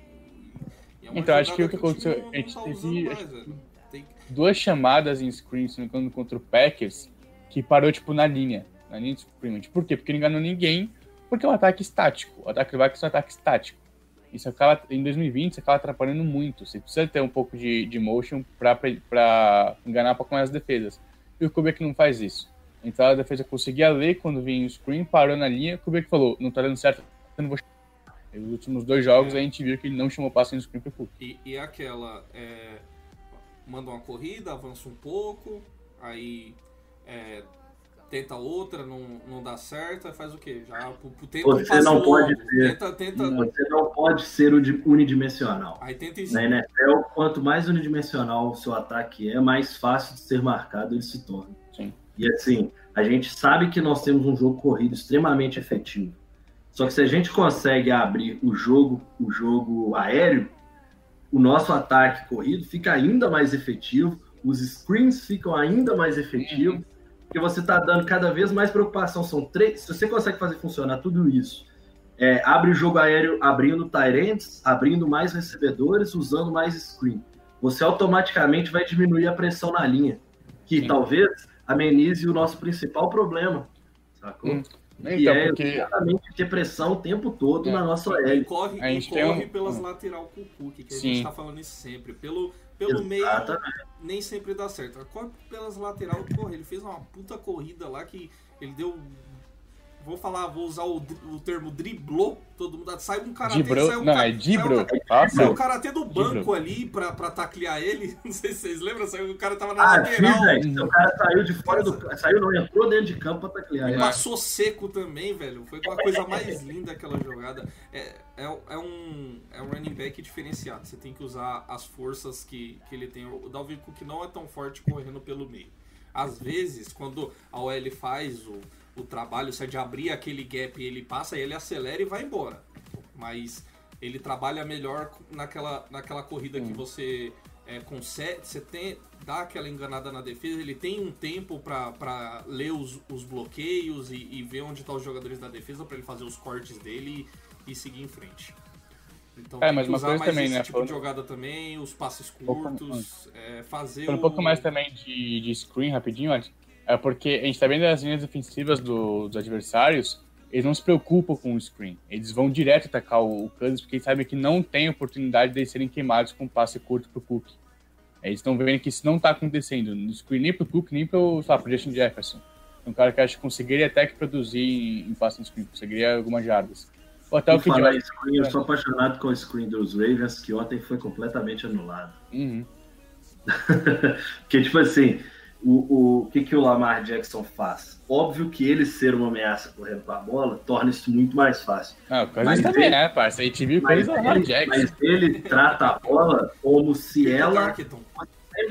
É então, acho que o que aconteceu. Não, a gente tá teve mais, Tem... duas chamadas em screen, se não me engano, contra o Packers, que parou, tipo, na linha. Na linha de scrimmage. Por quê? Porque não enganou ninguém. Porque é um ataque estático. O ataque do Vikings é um ataque estático. Isso acaba, em dois mil e vinte, isso acaba atrapalhando muito. Você precisa ter um pouco de, de motion para enganar um pouco mais as defesas. E o Kubiak não faz isso. Então a defesa conseguia ler quando vinha o screen, parou na linha, o Kubiak falou, não tá dando certo, eu não vou chamar. E nos últimos dois jogos é. a gente viu que ele não chamou passe no screen pro Kubiak. E, e aquela, é, manda uma corrida, avança um pouco, aí... É, tenta outra, não, não dá certo, faz o quê? Já tenta você um não pode longo, ser, tenta, tenta... Você não pode ser unidimensional. Aí tenta Na N F L, quanto mais unidimensional o seu ataque é, mais fácil de ser marcado ele se torna. Sim. E assim, a gente sabe que nós temos um jogo corrido extremamente efetivo. Só que se a gente consegue abrir o jogo, o jogo aéreo, o nosso ataque corrido fica ainda mais efetivo, os screens ficam ainda mais efetivos, uhum. porque você está dando cada vez mais preocupação. São três. Se você consegue fazer funcionar tudo isso, é, abre o jogo aéreo abrindo tight ends, abrindo mais recebedores, usando mais screen, você automaticamente vai diminuir a pressão na linha, que Sim. talvez amenize o nosso principal problema, sacou? Hum. Então, que é porque... exatamente ter pressão o tempo todo é. na nossa L. L. E corre, a gente e corre um... pelas lateral com o Cook, que a Sim. gente tá falando isso sempre. Pelo, pelo meio, nem sempre dá certo. Corre pelas lateral, porra, ele fez uma puta corrida lá que ele deu... Vou falar, vou usar o, o termo driblou, todo mundo sai um karatê, Dibro, sai um não, ca... é dibro. Saiu o karatê do banco Dibro. ali pra, pra taclear ele, não sei se vocês lembram, saiu, o cara tava na ah, lateral. Sim, o cara saiu de fora do... Saiu não, entrou dentro de campo pra taclear ele. Passou seco também, velho, foi uma coisa mais linda aquela jogada. É, é, é, um, é um running back diferenciado, você tem que usar as forças que, que ele tem. O Dalvin Cook não é tão forte correndo pelo meio. Às vezes, quando a O L faz o o trabalho, se é de abrir aquele gap e ele passa, ele acelera e vai embora. Mas ele trabalha melhor naquela, naquela corrida hum. que você é, consegue, você tem, dá aquela enganada na defesa, ele tem um tempo para ler os, os bloqueios e, e ver onde estão os jogadores da defesa para ele fazer os cortes dele e, e seguir em frente. Então é, tem mas que uma usar coisa mais também, esse né, tipo falando... de jogada também, os passes curtos, é, fazer um o... pouco mais também de, de screen, rapidinho, antes. É porque a gente tá vendo as linhas defensivas do, dos adversários, eles não se preocupam com o screen. Eles vão direto atacar o, o Cousins, porque eles sabem que não tem oportunidade de eles serem queimados com um passe curto pro Cook. Eles estão vendo que isso não tá acontecendo no screen, nem pro Cook, nem pro, sei lá, pro Justin Jefferson. Um cara que acho que conseguiria até que produzir em, em passe no screen, conseguiria algumas jardas. Ou até o que falar screen, eu sou apaixonado com o screen dos Ravens, que ontem foi completamente anulado. Uhum. Porque, tipo assim... O, o que, que o Lamar Jackson faz? Óbvio que ele ser uma ameaça correndo com a bola torna isso muito mais fácil. Ah, o Cousins também ele, é, parça. A gente viu o Cousins do Lamar Jackson. Mas ele trata a bola como se ela fosse sempre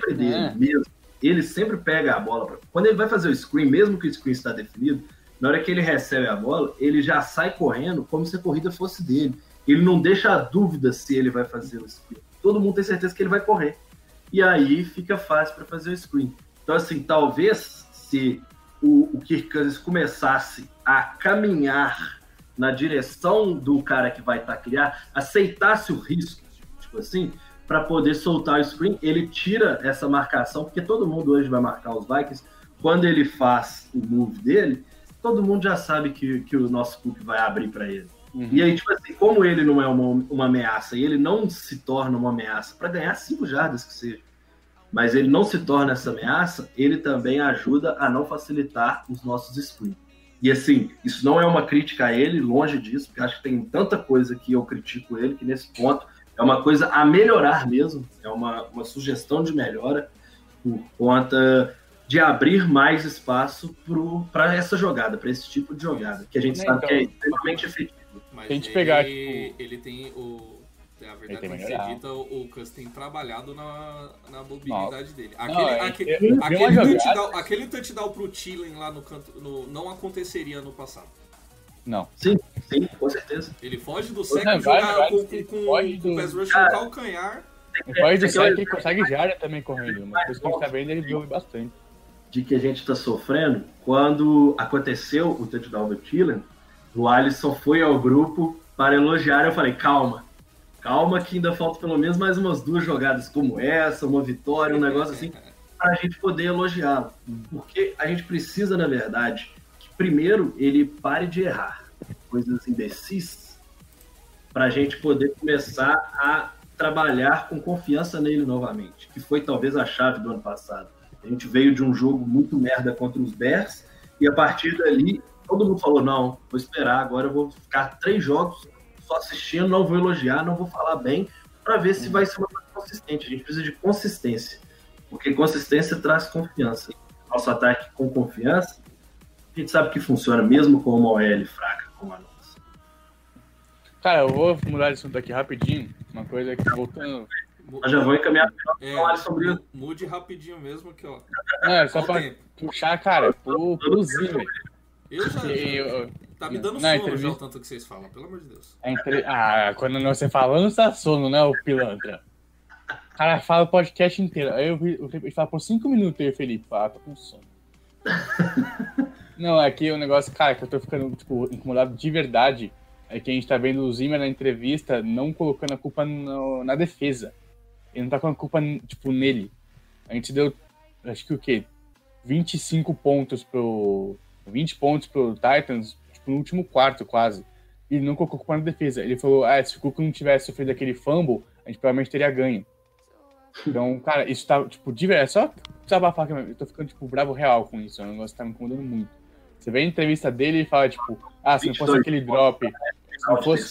sempre dele, é. mesmo. Ele sempre pega a bola. Pra... Quando ele vai fazer o screen, mesmo que o screen está definido, na hora que ele recebe a bola, ele já sai correndo como se a corrida fosse dele. Ele não deixa a dúvida se ele vai fazer o screen. Todo mundo tem certeza que ele vai correr. E aí fica fácil para fazer o screen. Então, assim, talvez se o, o Kirk Cousins começasse a caminhar na direção do cara que vai taclear, aceitasse o risco, tipo assim, para poder soltar o screen, ele tira essa marcação, porque todo mundo hoje vai marcar os Vikings. Quando ele faz o move dele, todo mundo já sabe que, que o nosso Cook vai abrir para ele. Uhum. E aí, tipo assim, como ele não é uma, uma ameaça, e ele não se torna uma ameaça para ganhar cinco jardas que seja, mas ele não se torna essa ameaça, ele também ajuda a não facilitar os nossos screens. E assim, isso não é uma crítica a ele, longe disso, porque acho que tem tanta coisa que eu critico ele, que nesse ponto é uma coisa a melhorar mesmo, é uma, uma sugestão de melhora por conta de abrir mais espaço para essa jogada, para esse tipo de jogada, que a gente é, sabe então, que é extremamente efetivo. Mas a gente ele, pegar, tipo... ele tem o... A verdade é que você dita, o Cus tem trabalhado na, na mobilidade não. dele. Aquele, não, aquele, é, aquele, touchdown, aquele touchdown pro Thielen lá no canto no, não aconteceria no passado. Não. Sim, sim, com certeza. Ele foge do sec e jogar com, com, com, com o pass rush no calcanhar. Ele foge do sec e consegue jarda também correndo. Uma coisa que a gente tá vendo, ele viu bastante. De que a gente tá sofrendo, quando aconteceu o touchdown do Thielen, o Alisson foi ao grupo para elogiar, eu falei, calma. Calma que ainda falta pelo menos mais umas duas jogadas como essa, uma vitória, um negócio assim, para a gente poder elogiá-lo. Porque a gente precisa, na verdade, que primeiro ele pare de errar coisas imbecis para a gente poder começar a trabalhar com confiança nele novamente, que foi talvez a chave do ano passado. A gente veio de um jogo muito merda contra os Bears e a partir dali todo mundo falou, não, vou esperar, agora eu vou ficar três jogos só assistindo, não vou elogiar, não vou falar bem, para ver se vai ser uma coisa consistente. A gente precisa de consistência, porque consistência traz confiança. Nosso ataque com confiança, a gente sabe que funciona mesmo com uma O L fraca como a nossa. Cara, eu vou mudar de assunto aqui rapidinho, uma coisa que voltando... Eu já vou encaminhar é, o Alisson Brito. Mude rapidinho mesmo aqui, ó. Não, é só para puxar, cara, pro, pro Zimmer. Eu já, já. Eu, tá me dando não, sono entrevista... já o tanto que vocês falam, pelo amor de Deus. Entre... Ah, quando você falando, tá sono, né, o pilantra? O cara fala o podcast inteiro. Aí eu vi, ele fala por cinco minutos aí, Felipe. Fala, ah, tô com sono. Não, aqui o negócio, cara, que eu tô ficando, tipo, incomodado de verdade é que a gente tá vendo o Zimmer na entrevista não colocando a culpa no, na defesa. Ele não tá colocando a culpa, tipo, nele. A gente deu, acho que o quê? vinte e cinco pontos pro... vinte pontos pro Titans, tipo, no último quarto, quase. E ele não colocou culpa na defesa. Ele falou, ah, se o Cook não tivesse sofrido aquele fumble, a gente provavelmente teria ganho. Então, cara, isso tá, tipo, de verdade, é só desabafar, eu tô ficando, tipo, bravo real com isso, é um negócio que tá me incomodando muito. Você vê a entrevista dele e fala, tipo, ah, se não fosse aquele drop, se não fosse...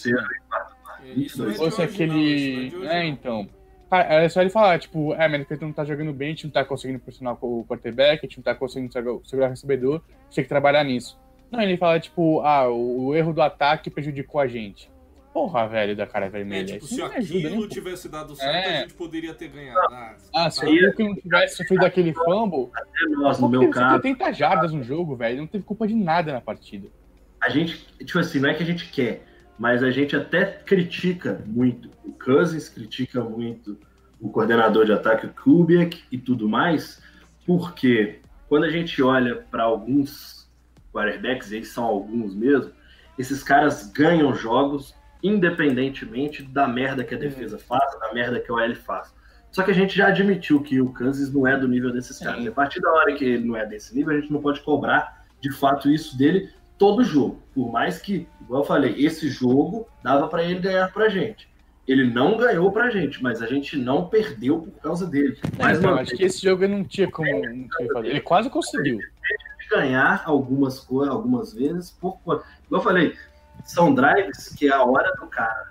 Se não fosse aquele... É, então... Cara, é só ele falar, tipo, é, mas a defesa não tá jogando bem, a gente não tá conseguindo pressionar o quarterback, a gente não tá conseguindo segurar o recebedor, a gente tem que trabalhar nisso. Não, ele fala, tipo, ah, o, o erro do ataque prejudicou a gente. Porra, velho, da cara vermelha. É, tipo, se aquilo ajuda, tivesse dado certo, é. a gente poderia ter ganhado. Ah, ah se o Cook não tivesse sofrido aquele fumble, até nós, no meu caso, setenta jardas no jogo, velho, não teve culpa de nada na partida. A gente, tipo assim, não é que a gente quer, mas a gente até critica muito. O Cousins critica muito o coordenador de ataque, o Kubiak, e tudo mais, porque quando a gente olha para alguns quarterbacks, e eles são alguns mesmo, esses caras ganham jogos independentemente da merda que a defesa faz, da merda que o O L faz. Só que a gente já admitiu que o Cousins não é do nível desses caras. Sim. A partir da hora que ele não é desse nível, a gente não pode cobrar, de fato, isso dele todo jogo. Por mais que, igual eu falei, esse jogo dava para ele ganhar pra gente. Ele não ganhou pra gente, mas a gente não perdeu por causa dele. Mas não, acho vez, que esse jogo não tinha como não tinha fazer. Ele quase conseguiu. Ele ganhar algumas coisas, algumas vezes, por, igual eu falei, são drives que é a hora do cara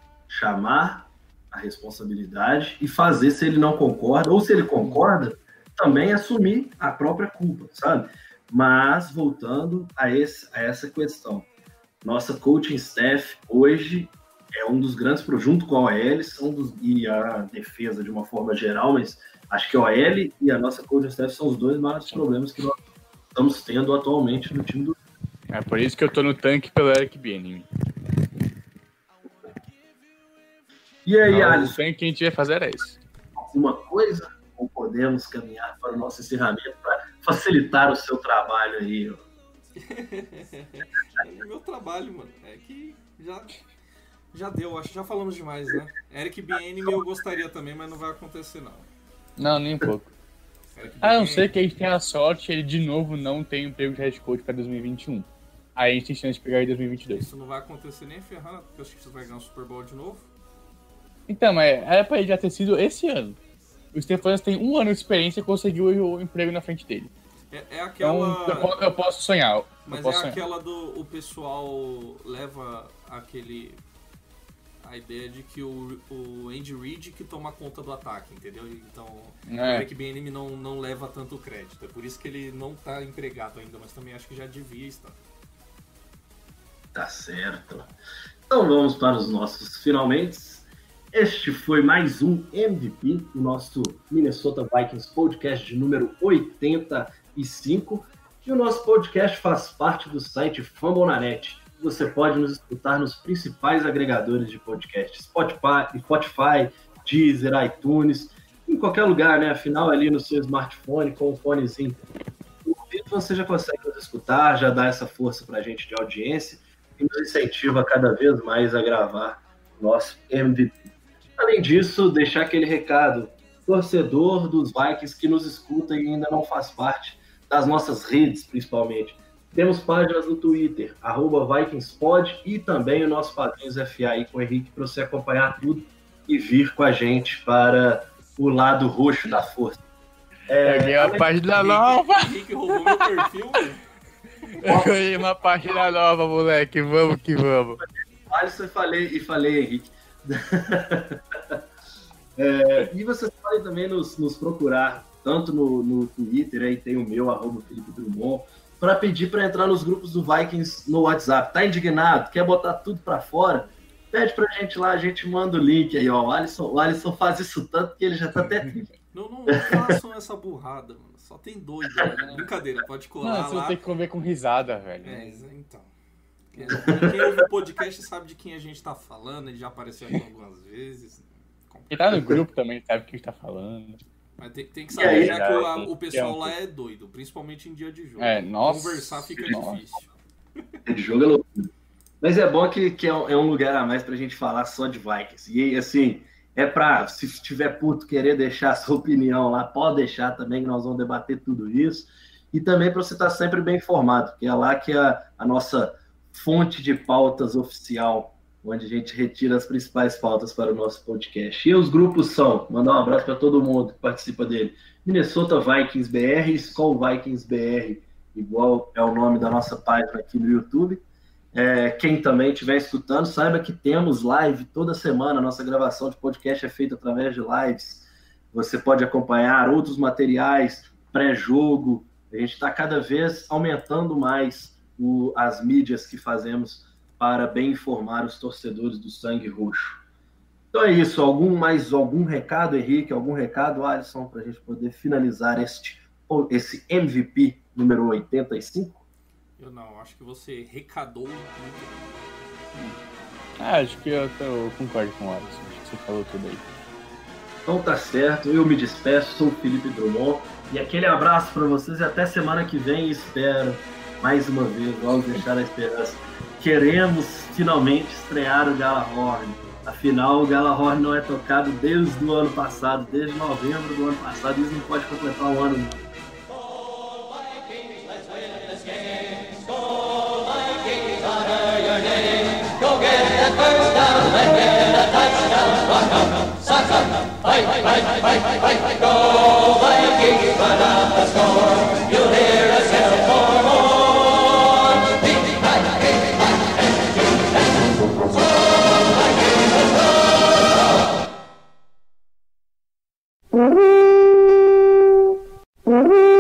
chamar a responsabilidade e fazer se ele não concorda, ou se ele concorda, também assumir a própria culpa, sabe? Mas, voltando a, esse, a essa questão, nossa coaching staff hoje é um dos grandes, junto com a O L, são dos, e a defesa de uma forma geral, mas acho que a O L e a nossa coaching staff são os dois maiores problemas que nós estamos tendo atualmente no time do... É por isso que eu tô no tanque pelo Eric Bieniemy. E aí, Não, Alisson? O tanque que a gente vai fazer é isso. Alguma coisa? Ou podemos caminhar para o nosso encerramento para facilitar o seu trabalho aí? Ó. É meu trabalho, mano. É que já, já deu, acho que já falamos demais, né? Eric Bieniemy eu gostaria também, mas não vai acontecer, não. Não, nem um pouco. A não ser que a gente tenha a sorte ele de novo não tem um emprego de head coach para dois mil e vinte e um. Aí a gente tem chance de pegar em dois mil e vinte e dois. Isso não vai acontecer nem ferrando, porque eu acho que você vai ganhar um Super Bowl de novo. Então, mas era pra ele já ter sido esse ano. O Stefanski tem um ano de experiência e conseguiu o emprego na frente dele. É, é aquela... Então, eu, eu posso sonhar. Eu Mas posso é sonhar. aquela do... O pessoal leva aquele... A ideia de que o, o Andy Reid que toma conta do ataque, entendeu? Então, É. o Eric Bieniemy não, não leva tanto crédito. É por isso que ele não tá empregado ainda, mas também acho que já devia estar. Tá certo. Então vamos para os nossos finalmente. Este foi mais um M V P, o nosso Minnesota Vikings podcast de número oitenta e cinco. E o nosso podcast faz parte do site Fambonanet. Você pode nos escutar nos principais agregadores de podcast, Spotify, Spotify, Deezer, iTunes, em qualquer lugar, né? Afinal, ali no seu smartphone, com o fonezinho, você já consegue nos escutar, já dá essa força pra gente de audiência e nos incentiva cada vez mais a gravar nosso M V P. Além disso, deixar aquele recado, torcedor dos Vikings que nos escuta e ainda não faz parte das nossas redes, principalmente. Temos páginas no Twitter, arroba VikingsPod, e também o nosso Padrinhos F A aí com o Henrique, para você acompanhar tudo e vir com a gente para o lado roxo da força. É, eu ganhei uma página nova! O Henrique roubou meu perfil, velho. Eu ganhei uma página nova, moleque. Vamos que vamos. Alisson, e falei, e falei, Henrique. É, e vocês podem também nos, nos procurar, tanto no, no Twitter, aí tem o meu, arroba Felipe Drummond, para pedir para entrar nos grupos do Vikings no WhatsApp. Tá indignado? Quer botar tudo para fora? Pede pra gente lá, a gente manda o link aí, ó. O Alisson, o Alisson faz isso tanto que ele já tá até... Não, não, não façam essa burrada, mano. Só tem doido, né? Brincadeira, pode colar Não, você lá. vai ter que conver com risada, velho. É, então. Quem ouve o podcast sabe de quem a gente tá falando, ele já apareceu aqui algumas vezes. Quem tá no grupo também sabe o que a gente tá falando. Mas tem, tem que saber, aí, já que o, a- tem- o pessoal tem um- lá é doido, principalmente em dia de jogo. É, nossa. Conversar fica Nossa. difícil. de jogo é loucura. Mas é bom que, que é, um, é um lugar a mais pra gente falar só de Vikings. E assim, é pra, se tiver puto querer deixar a sua opinião lá, pode deixar também, que nós vamos debater tudo isso. E também para você estar sempre bem informado, porque é lá que é a, a nossa fonte de pautas oficial, onde a gente retira as principais pautas para o nosso podcast. E os grupos são, mandar um abraço para todo mundo que participa dele, Minnesota Vikings B R, Skol Vikings B R, igual é o nome da nossa página aqui no YouTube. É, quem também estiver escutando, saiba que temos live toda semana. Nossa gravação de podcast é feita através de lives. Você pode acompanhar outros materiais, pré-jogo. A gente está cada vez aumentando mais o, as mídias que fazemos para bem informar os torcedores do Sangue Roxo. Então é isso. Algum mais algum recado, Henrique? Algum recado, Alisson, para a gente poder finalizar este, esse M V P número oitenta e cinco? Eu não, acho que você recadou muito. Ah, acho que eu, tô- eu concordo com o Alisson. Acho que você falou tudo aí. Então tá certo, eu me despeço, sou o Felipe Drummond, e aquele abraço para vocês e até semana que vem. Espero, mais uma vez, vamos deixar a esperança. Queremos finalmente estrear o Galahorn. Afinal, o Galahorn não é tocado desde o ano passado, desde novembro do ano passado, e isso não pode completar um ano. Go get that first down, let's get a touchdown, rock 'em, sock 'em, fight, fight, fight, fight, fight, go Vikings, run out the score, you'll hear us yell for more. Vikings, Vikings, Vikings, go Vikings, let's go!